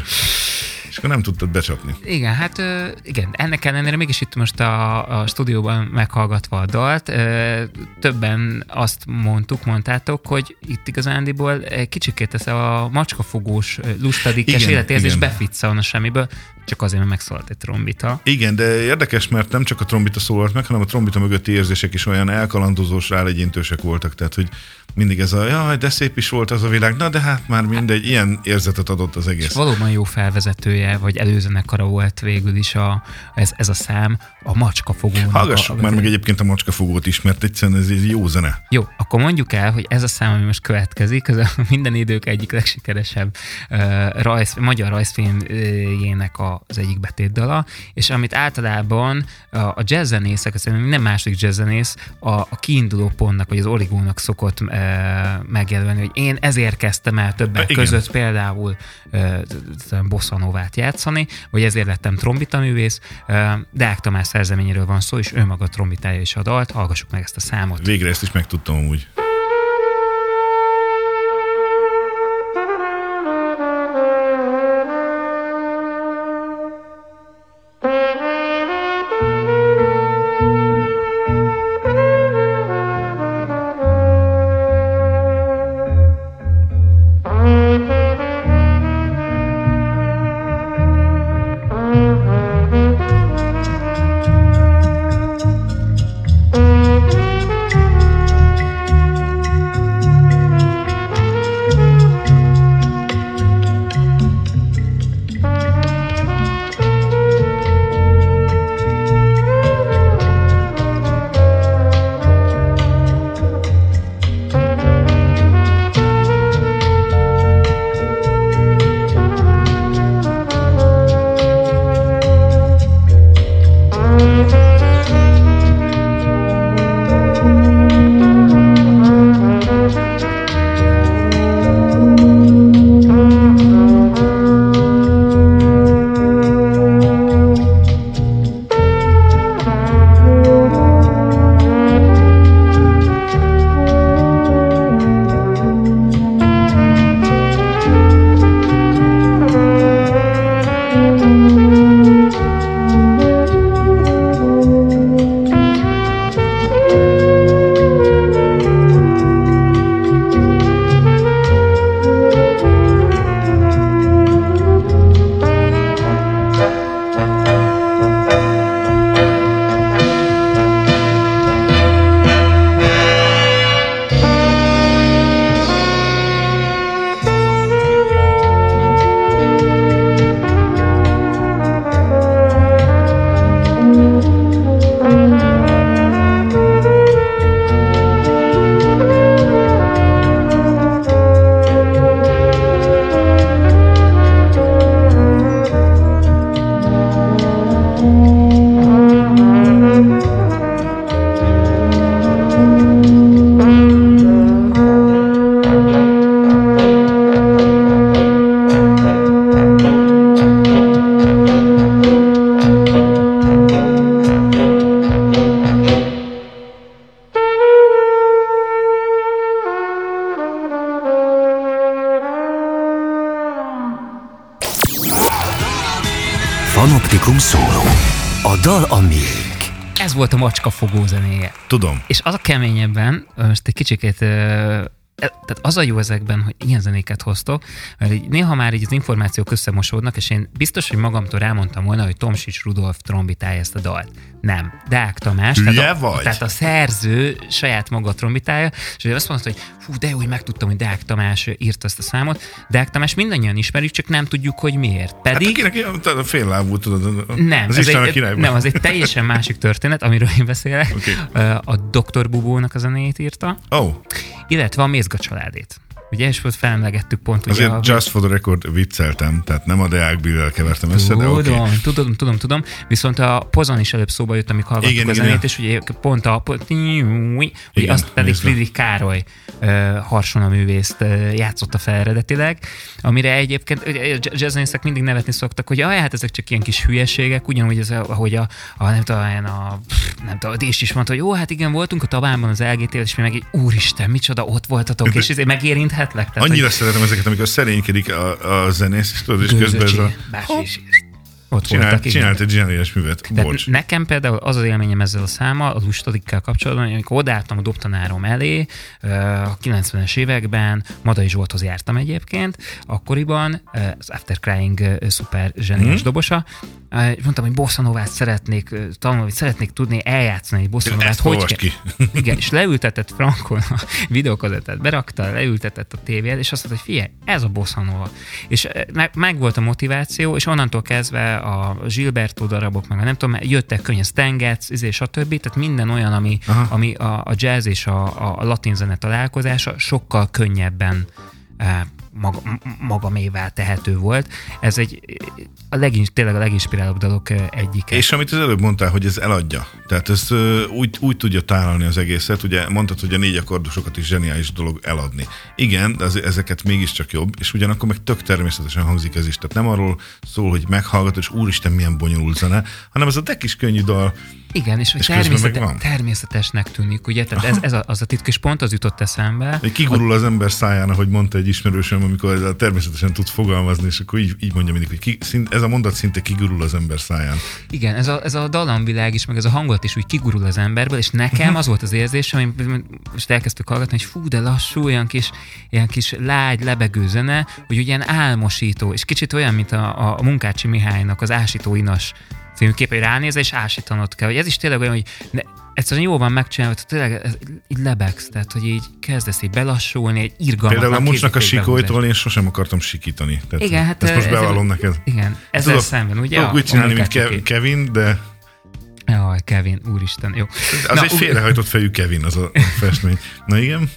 És akkor nem tudtad becsapni. Igen, hát igen, ennek ellenére mégis itt most a, a stúdióban meghallgatva a dalt, többen azt mondtuk, mondtátok, hogy itt igazándiból kicsikét ez a macskafogós, lustadikes életérzés beficcalna semmiből, csak azért, mert megszólalt egy trombita. Igen, de érdekes, mert nem csak a trombita szólalt meg, hanem a trombita mögötti érzések is olyan elkalandozós, rálegyintősek voltak, tehát hogy mindig ez a, jaj, de szép is volt az a világ, na de hát már mindegy, ilyen érzetet adott az egész. És valóban jó felvezetője, vagy előzenekara volt végül is a, ez, ez a szám, a macskafogónak. Hallgassuk a, már meg egyébként a macskafogót is, mert egyszerűen ez egy jó zene. Jó, akkor mondjuk el, hogy ez a szám, ami most következik, az a minden idők egyik legsikeresebb uh, rajz, magyar rajzfilmjének az egyik betétdala, és amit általában a, a jazzzenészek, az nem második jazzzenész, a, a kiinduló pontnak, vagy az origónak szokott uh, megjelölni, hogy én ezért kezdtem el többek Igen. között például uh, bosszanovát játszani, vagy ezért lettem trombitaművész. uh, Deák Tamás szerzeményéről van szó, és ő maga trombitája is a dalt. Hallgassuk meg ezt a számot. Végre ezt is megtudtam amúgy. Fanoptikum szóló. A dal a miénk. Ez volt a macskafogó zenéje. Tudom. És az a keményebben, most egy kicsikét... Tehát az a jó ezekben, hogy ilyen zenéket hoztok, mert így néha már így az információk összemosódnak, és én biztos, hogy magamtól elmondtam volna, hogy Tomsics Rudolf trombitálja ezt a dalt. Nem. Deák Tamás. Hülye tehát a, vagy? Tehát a szerző saját maga trombitálja, és azt mondta, hogy fú, de jó, hogy megtudtam, hogy Deák Tamás írta ezt a számot. Deák Tamás mindannyian ismerjük, csak nem tudjuk, hogy miért. Pedig... Hát akinek a fél tudod. Nem, az ez egy, nem, az egy teljesen másik történet, amiről én beszélek. Okay. A doktor Bubónak a zenéjét írta. Oh. Illetve a Mézga családét. Ugye, és felmelegedtük pont. Azért ugye, just for the record vicceltem, tehát nem a Deák Billel kevertem össze, tudom, de oké. Okay. Tudom, tudom, tudom. Viszont a Pozon is előbb szóba jött, amikor hallgattuk igen, a zenét, igen. És ugye pont a... Ugye igen, azt pedig nézve. Friedrich Károly uh, harsonaművészt uh, játszotta fel eredetileg, amire egyébként jazzzenészek mindig nevetni szoktak, hogy aj, hát ezek csak ilyen kis hülyeségek, ugyanúgy ez, ahogy a, a nem tudom, a, nem tudom, a Dés is mondta, hogy jó, hát igen, voltunk a Tabánban az el gé té-vel, és mi meg így, úristen, micsoda, ott voltatok, és ez megérint Hetlek, tehát, annyira hogy... szeretem ezeket, amikor szerénykedik a, a zenész, és tudod, és közben ez a... Ott Csinált, voltak, csinált egy zseniális művet. Bocs. Nekem például az az élményem ezzel a számmal, az Lustadikkel kapcsolatban, hogy amikor odaálltam a dobtanárom elé, a kilencvenes években, Madai Zsolthoz jártam egyébként, akkoriban az After Crying szuper zseniális hmm. dobosa, és mondtam, hogy bossa-novát szeretnék tanulni, szeretnék tudni eljátszani egy bossa-novát. Hogy ki. Igen, és leültetett Frankon a videókazettát, berakta, leültetett a tévéhez, és azt mondta, hogy figyelj, ez a bossa-nova. És meg volt a motiváció, és onnantól kezdve a Gilberto darabok, meg a nem tudom, jöttek könnyen Stan Getz, izé, stb. Tehát minden olyan, ami, ami a, a jazz és a, a latin zene találkozása sokkal könnyebben maga, magamévá tehető volt. Ez egy a legin, tényleg a leginspirálóbb dalok egyike. És amit az előbb mondtál, hogy ez eladja. Tehát ez úgy, úgy tudja tálalni az egészet, ugye mondtad, hogy a négy akkordosokat is zseniális dolog eladni. Igen, de az, ezeket mégiscsak jobb, és ugyanakkor meg tök természetesen hangzik ez is. Tehát nem arról szól, hogy meghallgatod, és úristen, milyen bonyolult zene, hanem ez a de kis könnyű dal. Igen, és, és természete, természetesnek tűnik, ugye? Tehát ez, ez a, az a titok, és pont az jutott eszembe. Hogy kigurul az ember száján, ahogy mondta egy ismerősöm, amikor természetesen tud fogalmazni, és akkor így, így mondja mindig, hogy ki, szint, ez a mondat szinte kigurul az ember száján. Igen, ez a, ez a dalamvilág is, meg ez a hangulat is úgy kigurul az emberből, és nekem az volt az érzésem, hogy most elkezdtük hallgatni, hogy fú, de lassú, olyan kis, ilyen kis lágy, lebegő zene, hogy ugyan álmosító, és kicsit olyan, mint a, a Munkácsi Mihálynak az Ásító Inas című kép, hogy ránézve, és ásítanod kell. Hogy ez is tényleg olyan, hogy ne, egyszerűen jó van megcsinálva, hogy tényleg ez, így lebegsz, tehát hogy így kezdesz így belassulni, egy irgalmatlan. Például a Mucsnak a Sikolytól én sosem akartam sikítani. Tehát igen, hát ezt most bevallom neked. Igen, ezzel szemben, ugye? Tudok úgy csinálni, mint Kev- Kevin, de... Jaj, Kevin, úristen, jó. Az Na, egy félrehajtott fejű Kevin, az a festmény. Na igen?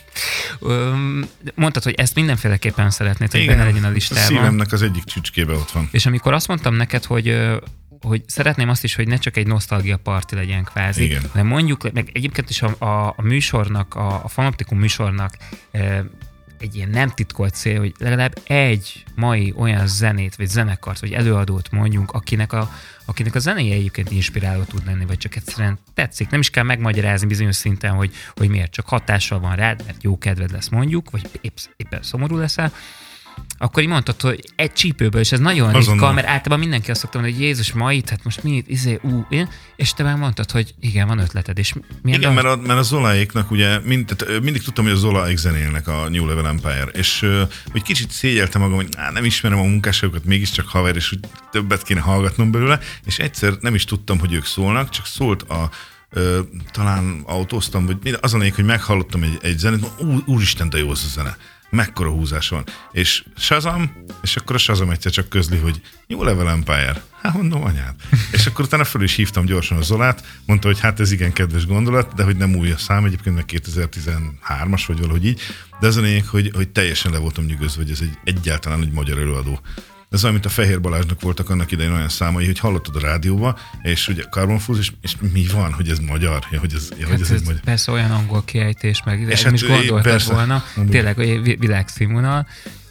Mondtad, hogy ezt mindenféleképpen szeretnéd, hogy benne legyen a listában. A szívemnek az egyik csücskébe ott van. És amikor azt mondtam neked, hogy hogy szeretném azt is, hogy ne csak egy nosztalgia parti legyen kvázi, igen. hanem mondjuk, meg egyébként is a, a, a műsornak, a, a Fanoptikum műsornak e, egy ilyen nem titkolt cél, hogy legalább egy mai olyan zenét, vagy zenekart, vagy előadót mondjunk, akinek a, akinek a zenéje egyébként inspiráló tud lenni, vagy csak egyszerűen tetszik. Nem is kell megmagyarázni bizonyos szinten, hogy, hogy miért, csak hatással van rád, mert jó kedved lesz mondjuk, vagy épp, éppen szomorú leszel, akkor így mondtad, hogy egy csípőből, és ez nagyon ritka, mert általában mindenki azt szokta mondani, hogy Jézus, ma itt, hát most mi itt, izé, ú, én, és te már mondtad, hogy igen, van ötleted, és milyen igen, mert a, mert a Zoláéknak ugye, mind, tehát mindig tudtam, hogy a Zoláék zenélnek a New Level Empire, és uh, hogy kicsit szégyeltem magam, hogy á, nem ismerem a munkásságokat, mégiscsak haver, és úgy többet kéne hallgatnom belőle, és egyszer nem is tudtam, hogy ők szólnak, csak szólt a uh, talán autóztam, vagy az a lényeg, hogy meghallottam egy, egy zenét, ú, úristen, de jó az a zene. Mekkora húzás van. És Shazam, és akkor a Shazam egyszer csak közli, hogy New Level Empire. Hát mondom, anyád. És akkor utána föl is hívtam gyorsan a Zolát, mondta, hogy hát ez igen kedves gondolat, de hogy nem új a szám, egyébként meg kétezer-tizenhármas, vagy valahogy így. De az a lényeg, hogy, hogy teljesen le voltam nyugodva, hogy ez egy egyáltalán egy magyar előadó. Ez olyan, mint a Fehér Balázsnak voltak annak idején olyan számai, hogy hallottad a rádióba, és ugye Carbon Fuzz, és, és mi van, hogy ez magyar? Ja, hogy ez, ja, hát hogy ez ez egy magyar. Persze olyan angol kiejtés, meg és és hát, hát is gondoltad persze, volna, mondom. Tényleg világszínvonal.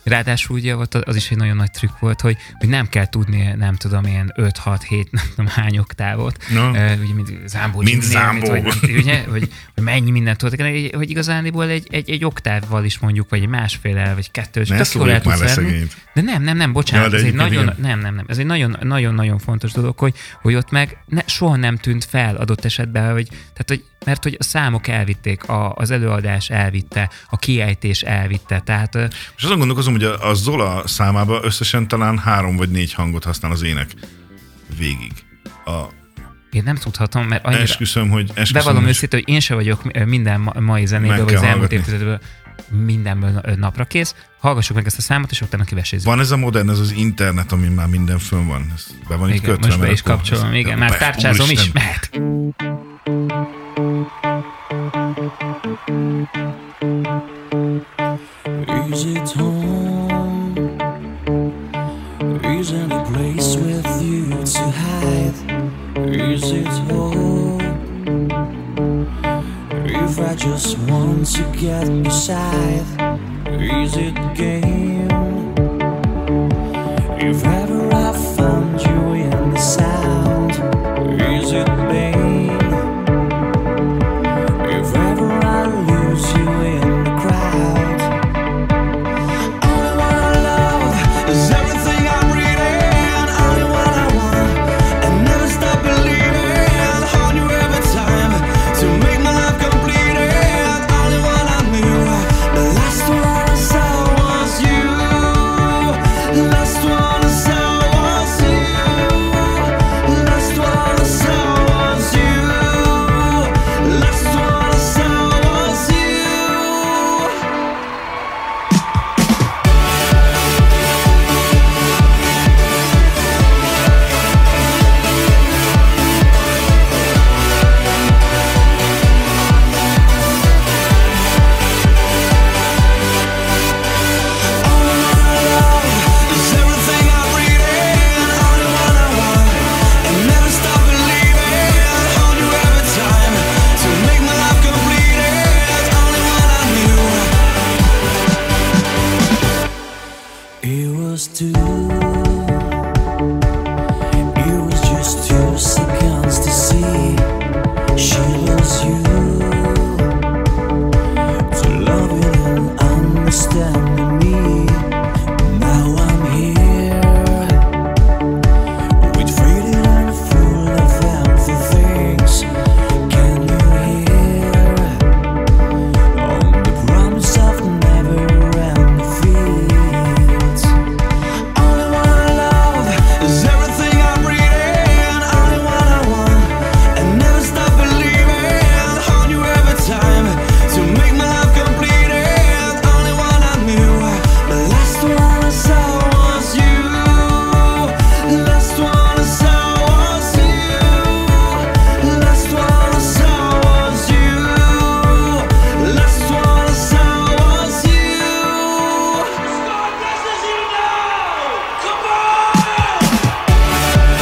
Ráadásul ugye az is egy nagyon nagy trükk volt, hogy, hogy nem kell tudni, nem tudom, ilyen öt hat hét, nem tudom hány oktávot. No. Uh, ugye, mint Zámbó. Mint Zámbó. Vagy, ugye, vagy, vagy mennyi mindent tudtak, hogy igazániból egy, egy, egy oktávval is mondjuk, vagy másféle, vagy kettő. Ne szóljuk már leszegényt. De nem, nem, nem, bocsánat, ja, ez egy nagyon, nem, nem, nem, ez egy nagyon, nagyon, nagyon fontos dolog, hogy, hogy ott meg ne, soha nem tűnt fel adott esetben, hogy, tehát, hogy, mert hogy a számok elvitték, a, az előadás elvitte, a kiejtés elvitte, tehát... És azon gondolkozom, hogy a, a Zola számában összesen talán három vagy négy hangot használ az ének végig. A... Én nem tudhatom, mert annyira... Esküszöm, hogy... Esküszöm, bevallom őszintén, hogy én sem vagyok minden mai zenéből, vagy az elmúlt évtizedből mindenből napra kész. Hallgassuk meg ezt a számot, és utána kivesézzük. Van ez a modern, ez az internet, ami már minden fönn van. Ez be van itt kötve. Most be is kapcsolom, igen. Már tárcsázom is, mehet. Is it home? Is any place with you to hide? Is it home? If I just want to get beside, is it game? If ever I found you in the sound, is it pain? If ever I lose you in the crowd, only one I love is everything I'm reading. Only one I want and never stop believing. On you every time to make my life complete. Only one I knew, the last one I saw was you. The last one I saw was you. The last one I saw was you. The last one I saw was you. Only one I love is everything I'm reading. Only one I want and never stop believing. On you every time to make my life complete. Only one I knew. It was two. It was just two seconds to see she was you. To love it and understanding me. Now I'm here with faded and full of empty things. Can you hear on the promise of never-ending fields? Only one I love is everything I'm reading. Only one I want and never stop believing. On you every time to make my life complete. Only one I knew, the last one I saw was you. The last one I saw was you. The last one I saw was you. The last one I saw was you. God blesses you now. Come on.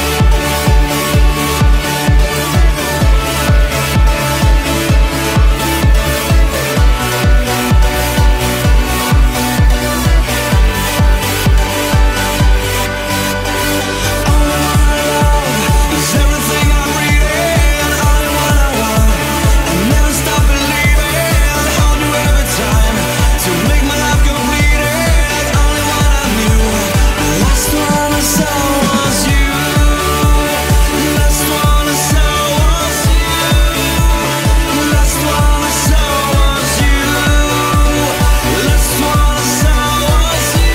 Only one I love is everything I'm reading. Only one I want and never stop believing. On you every time to make my life complete. Only one I knew, the last one I saw was you. The last one I saw was you. The last one I saw was you. The last one I saw was you.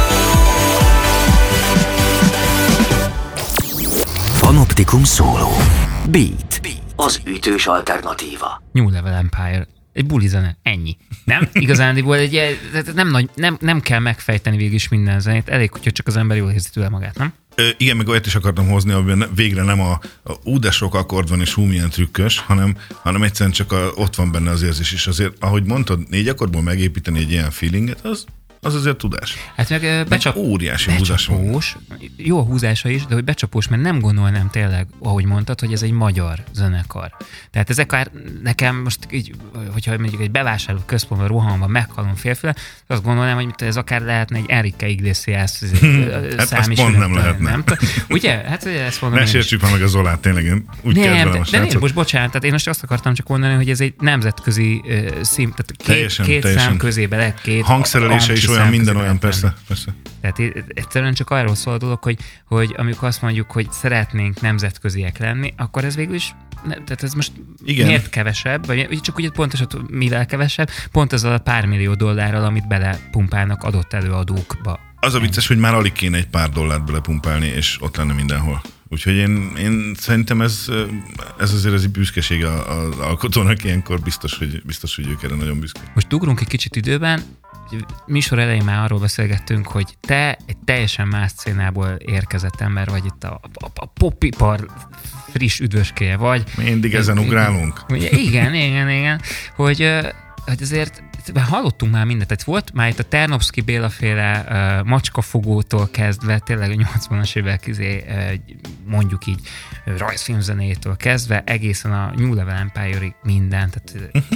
Panoptikum Szóló. Beat. Az ütős alternatíva. New Level Empire. Egy buli zene. Ennyi. Nem? Igazándiból egy, nem, nagy, nem, nem kell megfejteni végig is minden zenét. Elég, hogyha csak az ember jól érzi tőle magát, nem? Ö, igen, meg olyat is akartam hozni, amiben végre nem a, a ú, de sok akkord van és hú, milyen trükkös, hanem, hanem egyszerűen csak a, ott van benne az érzés is. Azért, ahogy mondtad, négy akkordból megépíteni egy ilyen feelinget, az, az azért tudás. Hát meg becsap, óriási húzás van. Jó a húzása is, de hogy becsapós, mert nem gondolnám tényleg, ahogy mondtad, hogy ez egy magyar zenekar. Tehát ez akár nekem most így, hogyha mondjuk egy bevásárló központban rohanva meghalom félféle, azt gondolnám, hogy ez akár lehetne egy Enrique Iglesias hát szám is. Pont nem lehetne. Nem? Ugye? Hát ugye ezt mondom. Ne sértsük már meg a Zolát, tényleg én úgy nem, kedvelem de, a de nem, most bocsánat, tehát én most azt akartam csak mondani, hogy ez egy nemzetközi uh, szín, tehát két, teljesen, két teljesen. szám közébe lehet két hangszerelése is olyan, minden olyan, persze, persze. Tehát egyszerűen csak arról szól a dolog, hogy, hogy amikor azt mondjuk, hogy szeretnénk nemzetköziek lenni, akkor ez végül is, tehát ez most igen. Miért kevesebb, vagy csak ugye pontosan mivel kevesebb, pont az a pár millió dollárral, amit belepumpálnak adott előadókba. Az a vicces, hogy már alig kéne egy pár dollárt belepumpálni, és ott lenne mindenhol. Úgyhogy én, én szerintem ez, ez azért az egy büszkeség az alkotónak, ilyenkor biztos, hogy, biztos, hogy ők erre nagyon büszkék. Most ugrunk egy kicsit időben, műsor elején már arról beszélgettünk, hogy te egy teljesen más szcénából érkezett ember vagy, itt a, a, a popipar friss üdvöskéje vagy. Mindig ezen ugrálunk. Igen, igen, igen, hogy, hogy azért hallottunk már mindent, tehát volt már itt a Ternovszky Béla féle uh, macskafogótól kezdve, tényleg a nyolcvanas évek izé, uh, mondjuk így uh, rajzfilmzenétől kezdve, egészen a New Level Empire-ig minden. Tehát, uh,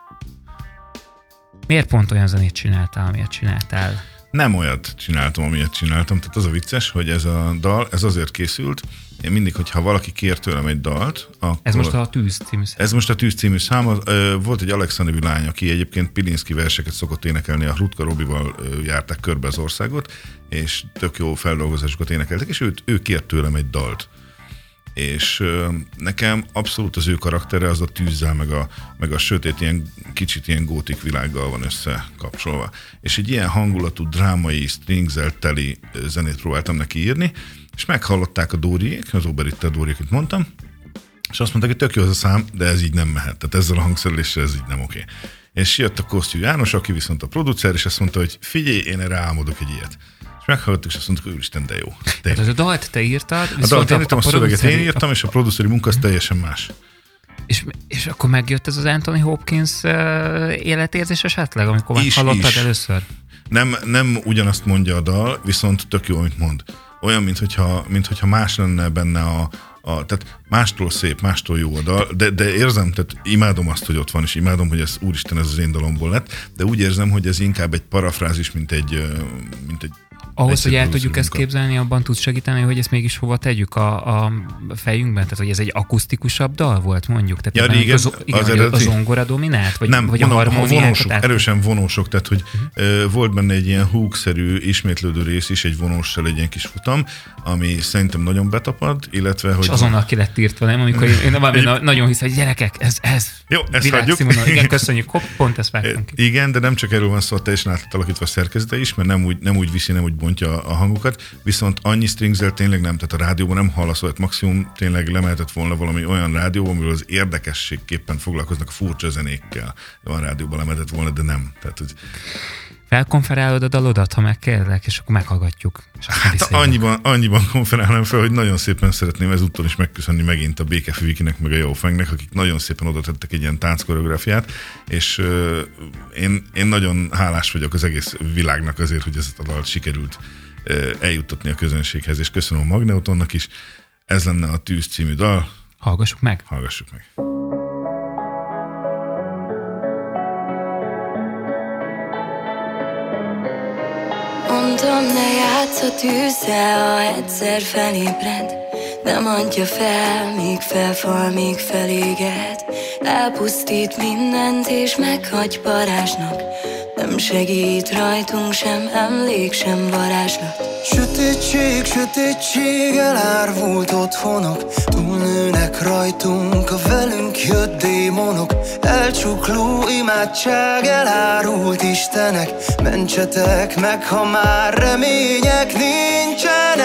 miért pont olyan zenét csináltál, amilyet csináltál? Nem olyat csináltam, amilyet csináltam. Tehát az a vicces, hogy ez a dal, ez azért készült, én mindig, hogyha valaki kér tőlem egy dalt, akkor... Ez most a Tűz című szám. Ez most a Tűz című szám. Volt egy Alexa nevű lány, aki egyébként Pilinszky verseket szokott énekelni, a Hrutka Robival járták körbe az országot, és tök jó feldolgozásokat énekeltek, és ő, ő kért tőlem egy dalt. És nekem abszolút az ő karaktere az a tűzzel, meg a, meg a sötét, ilyen, kicsit ilyen gótik világgal van összekapcsolva. És egy ilyen hangulatú, drámai, stringzel teli zenét próbáltam neki írni, és meghallották a Dóriék, az Oberitta Dóriék, amit mondtam, és azt mondták, hogy tök jó az a szám, de ez így nem mehet. Tehát ezzel a hangszereléssel ez így nem oké. És jött a Kosztyú János, aki viszont a producer, és azt mondta, hogy figyelj, én erre álmodok egy ilyet. És meghallottuk, és azt mondtuk, hogy úristen, de jó. Tehát az a dalt te írtad, a dalt én írtam, a, a szöveget én írtam, és a produceri munka az teljesen más. És, és akkor megjött ez az Anthony Hopkins uh, életérzés esetleg, amikor meghallottad először? Nem, nem ugyanazt mondja a dal, viszont tök jó, amit mond. Olyan, minthogyha, minthogyha más lenne benne a, a, tehát mástól szép, mástól jó a dal, de, de érzem, tehát imádom azt, hogy ott van, és imádom, hogy ez úristen, ez az én dalomból lett, de úgy érzem, hogy ez inkább egy parafrázis, mint egy, mint egy ahhoz, hogy el tudjuk ezt képzelni, abban tudsz segíteni, hogy ezt mégis hova tegyük a, a fejünkben? Tehát, hogy ez egy akusztikusabb dal volt, mondjuk? Tehát ja, régen, az, igen, az, az, az zongora dominált? Vagy, nem, vagy mondom, a harmóniákat? Vonósok, erősen vonósok, tehát, hogy uh-huh. volt benne egy ilyen húgszerű, ismétlődő rész is, egy vonóssal, egy ilyen kis futam, ami szerintem nagyon betapad, illetve, hogy... És azonnal ki lett írtva, nem? Amikor én, én nagyon hiszem, hogy gyerekek, ez, ez jó, ezt hagyjuk. Igen, köszönjük, hopp, pont ezt vágtam ki. Igen, de nem csak erről van szó, teljesen át lett alakítva a szerkezete is, mert nem úgy, nem úgy viszi, nem úgy bontja a hangokat, viszont annyi stringzel tényleg nem, tehát a rádióban nem hallasz olyat, maximum tényleg lemehetett volna valami olyan rádió, amivel az érdekességképpen foglalkoznak a furcsa zenékkel. Van rádióban lemehetett volna, de nem. Tehát, hogy... Felkonferálod a dalodat, ha megkérlek, és akkor meghallgatjuk. És hát annyiban, annyiban konferálnám fel, hogy nagyon szépen szeretném ezúttal is megköszönni megint a Békefi Vikinek, meg a Jó Fengnek, akik nagyon szépen oda tettek egy ilyen tánckoreográfiát, és uh, én, én nagyon hálás vagyok az egész világnak azért, hogy ezt a dalt sikerült uh, eljuttatni a közönséghez, és köszönöm a Magnetonnak is. Ez lenne a Tűz című dal. Hallgassuk meg. Hallgassuk meg. Mondtam, ne játsz a tűzzel, ha egyszer felébred. Nem adja fel, míg felfal, míg feléged. Elpusztít mindent és meghagy parázsnak. Nem segít rajtunk sem emlék, sem varázslat. Sötétség, sötétség, elárvult otthonok. Túlnőnek rajtunk a velünk jött démonok. Elcsukló imádság, elárult istenek. Mentsetek meg, ha már remények nincsenek.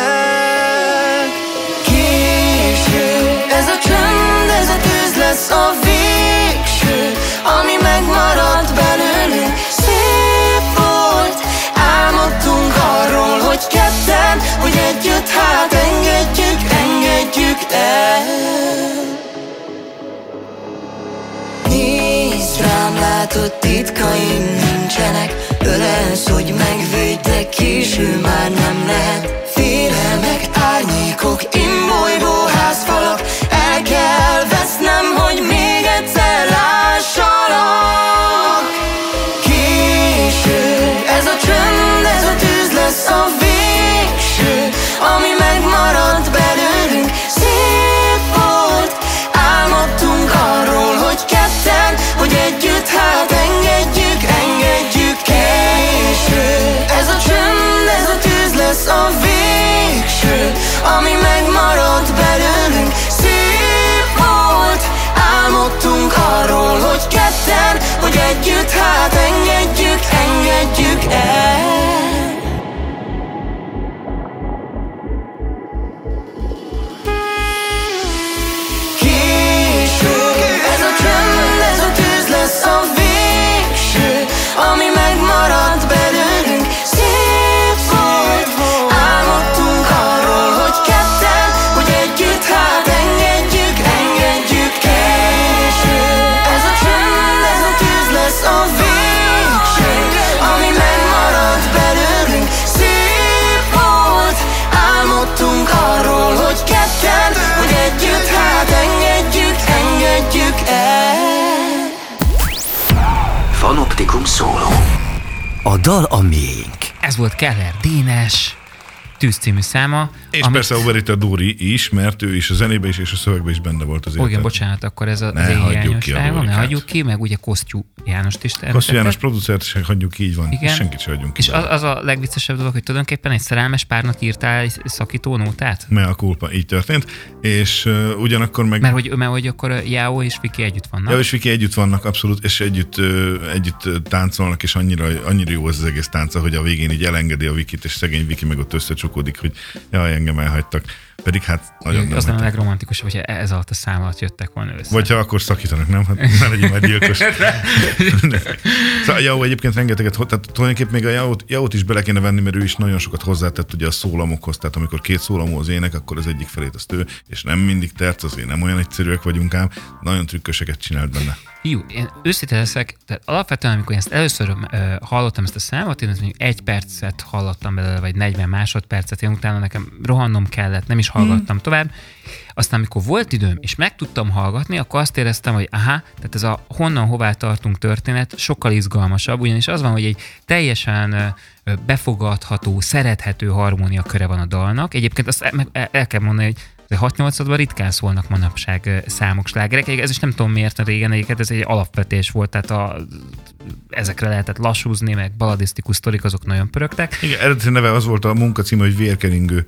Késő, ez a csend, ez a tűz lesz a végső, ami megmarad belőlünk. Szép volt, álmodtunk arról, hogy ketten, hogy együtt, hát engedjük, engedjük el. Nézd rám, látod, titkaim nincsenek. Ölelsz, hogy megvédj, de késő már nem lehet. Félelmek, árnyékok, imbolygó házfalak. El kell vesznem, hogy még egyszer lássalak. Késő, ez a csönd, ez a tűz lesz a végső, ami megmaradt belőlünk. Szép volt, álmodtunk arról, hogy ketten, hogy együtt, hát engedjük, engedjük. Késő, ez a csönd, ez a tűz lesz a végső, ami megmaradt belőlünk. Szép volt, álmodtunk arról, hogy ketten, hogy együtt, hát engedjük, engedjük el. Késő, ez a csönd, ez a tűz lesz a végső, ami megmaradt belőlünk. Szép volt, álmodtunk arról, hogy ketten, hogy együtt, hát engedjük, engedjük. Késő, ez a csönd, ez a tűz lesz a végső, ami megmaradt belőlünk. Szép volt, álmodtunk arról, hogy ketten, hogy együtt, hát engedjük, engedjük el. Panoptikum szóló. A dal a miénk. Ez volt Keller Dénes Tűz című száma. És amit... persze Overita Dóri is, mert ő is a zenébe is és a szövegbe is benne volt az életed. Igen, bocsánat, akkor ez a ne hagyjuk ki a Dórikát. Ne hagyjuk ki, meg ugye Kosztyú Jánost is. Kosztyú János producert is hagyjuk ki, így van. Igen. És senkit sem hagyjunk ki. És az, az a legviccesebb dolog, hogy tulajdonképpen egy szerelmes párnak írtál egy szakító nótát? Mea culpa, így történt. És uh, ugyanakkor meg... Mert hogy, mert hogy akkor Jáó és Viki együtt vannak. Jáó és Viki együtt vannak, abszolút, és együtt, uh, együtt táncolnak, és annyira, annyira jó az, az egész tánca, hogy a végén így elengedi a Vikit, és szegény Viki meg ott összecsukódik, hogy jaj, engem elhagytak. Pedig hát nagyon nem. Az nem a legromantikusabb, hogyha ez alatt a szám alatt jöttek volna össze. Vagy ha akkor szakítanak, nem? Hát ne legyünk már gyilkos. Szóval a Jáó egyébként rengeteget, tehát tulajdonképpen még a Jáót, Jáót is bele kéne venni, mert ő is nagyon sokat hozzátett ugye a szólamokhoz. Tehát amikor két szólamú az ének, akkor az egyik felét azt ő, és nem mindig terc, azért nem olyan egyszerűek vagyunk ám, nagyon trükköseket csinált benne. Jó, én őszinte leszek, tehát alapvetően, amikor én ezt először uh, hallottam ezt a számot, én mondjuk egy percet hallottam belőle, vagy negyven másodpercet, én utána nekem rohannom kellett, nem is hallgattam mm. tovább. Aztán, amikor volt időm, és meg tudtam hallgatni, akkor azt éreztem, hogy aha, tehát ez a honnan hová tartunk történet sokkal izgalmasabb, ugyanis az van, hogy egy teljesen uh, befogadható, szerethető harmónia köre van a dalnak. Egyébként azt el, el kell mondani, hogy hat-nyolcadban ritkán szólnak manapság számok, slágerek. Ez is nem tudom miért, régen egyébként ez egy alapvetés volt, tehát a, ezekre lehetett lassúzni, meg baladisztikus sztorik, azok nagyon pörögtek. Igen, eredeti neve az volt a munkacíme, hogy Vérkeringő.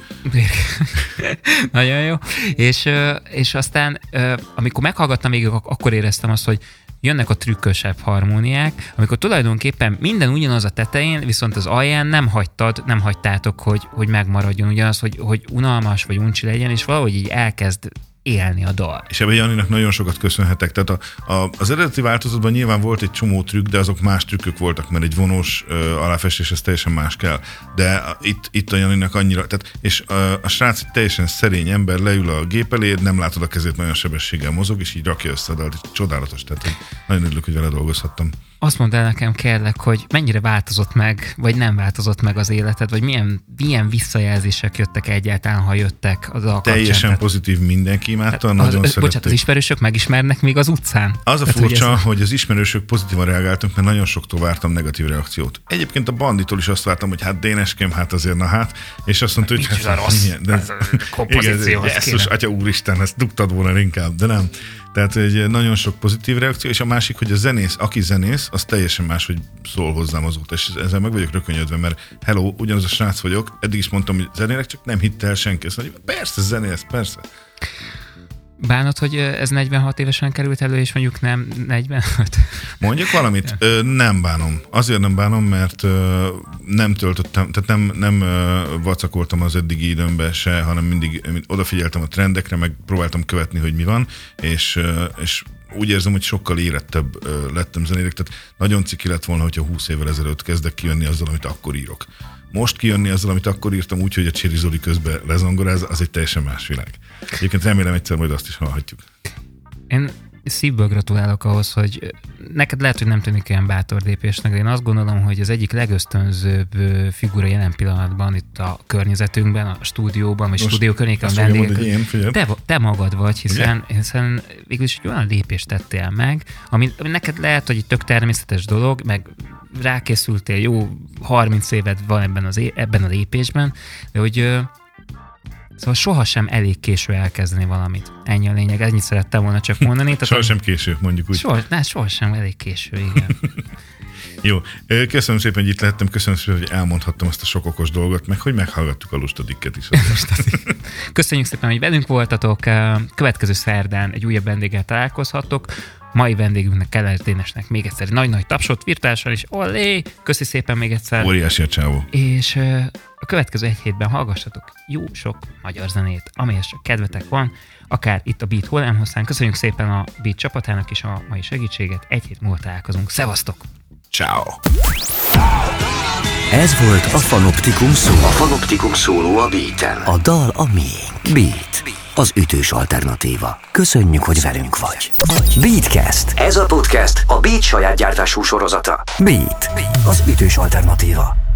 Nagyon jó. És, és aztán, amikor meghallgattam végig, akkor éreztem azt, hogy jönnek a trükkösebb harmóniák, amikor tulajdonképpen minden ugyanaz a tetején, viszont az alján nem hagytad, nem hagytátok, hogy, hogy megmaradjon ugyanaz, hogy, hogy unalmas vagy uncsi legyen, és valahogy így elkezd élni a dal. És ebben Janinak nagyon sokat köszönhetek. Tehát a, a, az eredeti változatban nyilván volt egy csomó trükk, de azok más trükkök voltak, mert egy vonós uh, aláfestés, ez teljesen más kell. De a, itt, itt a Janinak annyira, tehát, és a, a srác egy teljesen szerény ember, leül a gép elé, nem látod a kezét, nagyon sebességgel mozog, és így rakja össze a dalt. Csodálatos, tehát hogy nagyon örülök, hogy vele dolgozhattam. Azt mondd el nekem, kérlek, hogy mennyire változott meg, vagy nem változott meg az életed, vagy milyen, milyen visszajelzések jöttek egyáltalán, ha jöttek az a teljesen kapcsán. Pozitív, mindenki imádta, nagyon szerették. Bocsánat, az ismerősök megismernek még az utcán? Az a tehát, furcsa, hogy, hogy az ismerősök pozitívan reagáltunk, mert nagyon soktól vártam negatív reakciót. Egyébként a Banditól is azt vártam, hogy hát Déneském, hát azért na hát, és azt mondta, hogy hát, hát rossz, igen, de, ez a kompozíció. Jesszus, atya úristen, ezt dugtad volna inkább, de nem. Tehát egy nagyon sok pozitív reakció, és a másik, hogy a zenész, aki zenész, az teljesen más, hogy szól hozzám azóta, és ezzel meg vagyok rökönyödve, mert hello, ugyanaz a srác vagyok, eddig is mondtam, hogy zenélek, csak nem hitte el senki. Azt mondja, persze, zenész, persze. Bánod, hogy ez negyvenhat évesen került elő, és mondjuk nem negyvenöt? Mondjuk valamit? Ö, nem bánom. Azért nem bánom, mert ö, nem töltöttem, tehát nem, nem ö, vacakoltam az eddigi időmbe se, hanem mindig odafigyeltem a trendekre, meg próbáltam követni, hogy mi van, és, ö, és úgy érzem, hogy sokkal érettebb ö, lettem zenének, tehát nagyon ciki lett volna, hogyha húsz évvel ezelőtt kezdek kijönni azzal, amit akkor írok. Most kijönni azzal, amit akkor írtam úgy, hogy a Cséri Zoli közben lezongoráz, az egy teljesen más világ. Egyébként remélem egyszer majd azt is hallhatjuk. Én szívből gratulálok ahhoz, hogy neked lehet, hogy nem tűnik olyan bátor lépésnek, de én azt gondolom, hogy az egyik legösztönzőbb figura jelen pillanatban itt a környezetünkben, a stúdióban, vagy stúdió környéken vendégek. Te, te magad vagy, hiszen, hiszen végülis egy olyan lépést tettél meg, ami, ami neked lehet, hogy egy tök természetes dolog, meg rákészültél, jó harminc évet van ebben, az, ebben a lépésben, de hogy szóval sohasem elég késő elkezdeni valamit. Ennyi a lényeg, ennyit szerettem volna csak mondani. Sohasem késő, mondjuk úgy. Soha, ne, sohasem elég késő, igen. Jó, köszönöm szépen, hogy itt lettem, köszönöm szépen, hogy elmondhattam azt a sok okos dolgot, meg hogy meghallgattuk a Lustadikket is. Köszönjük szépen, hogy velünk voltatok. Következő szerdán egy újabb vendéggel találkozhattok. Mai vendégünknek, Keller Dénesnek még egyszer nagy-nagy tapsot virtuálisan is. Olé! Köszi szépen még egyszer. Óriási a csávó. És a következő egy hétben hallgassatok jó sok magyar zenét, amelyhez csak kedvetek van, akár itt a Beat Hollám hosszán. Köszönjük szépen a Beat csapatának is a mai segítséget. Egy hét múlva találkozunk. Szevasztok! Ciao. Ez volt a Fanoptikum szóló. A Fanoptikum szóló a Beaten. A dal a miénk. Beat. Az ütős alternatíva. Köszönjük, hogy velünk vagy. Beatcast. Ez a podcast a Beat saját gyártású sorozata. Beat. Az ütős alternatíva.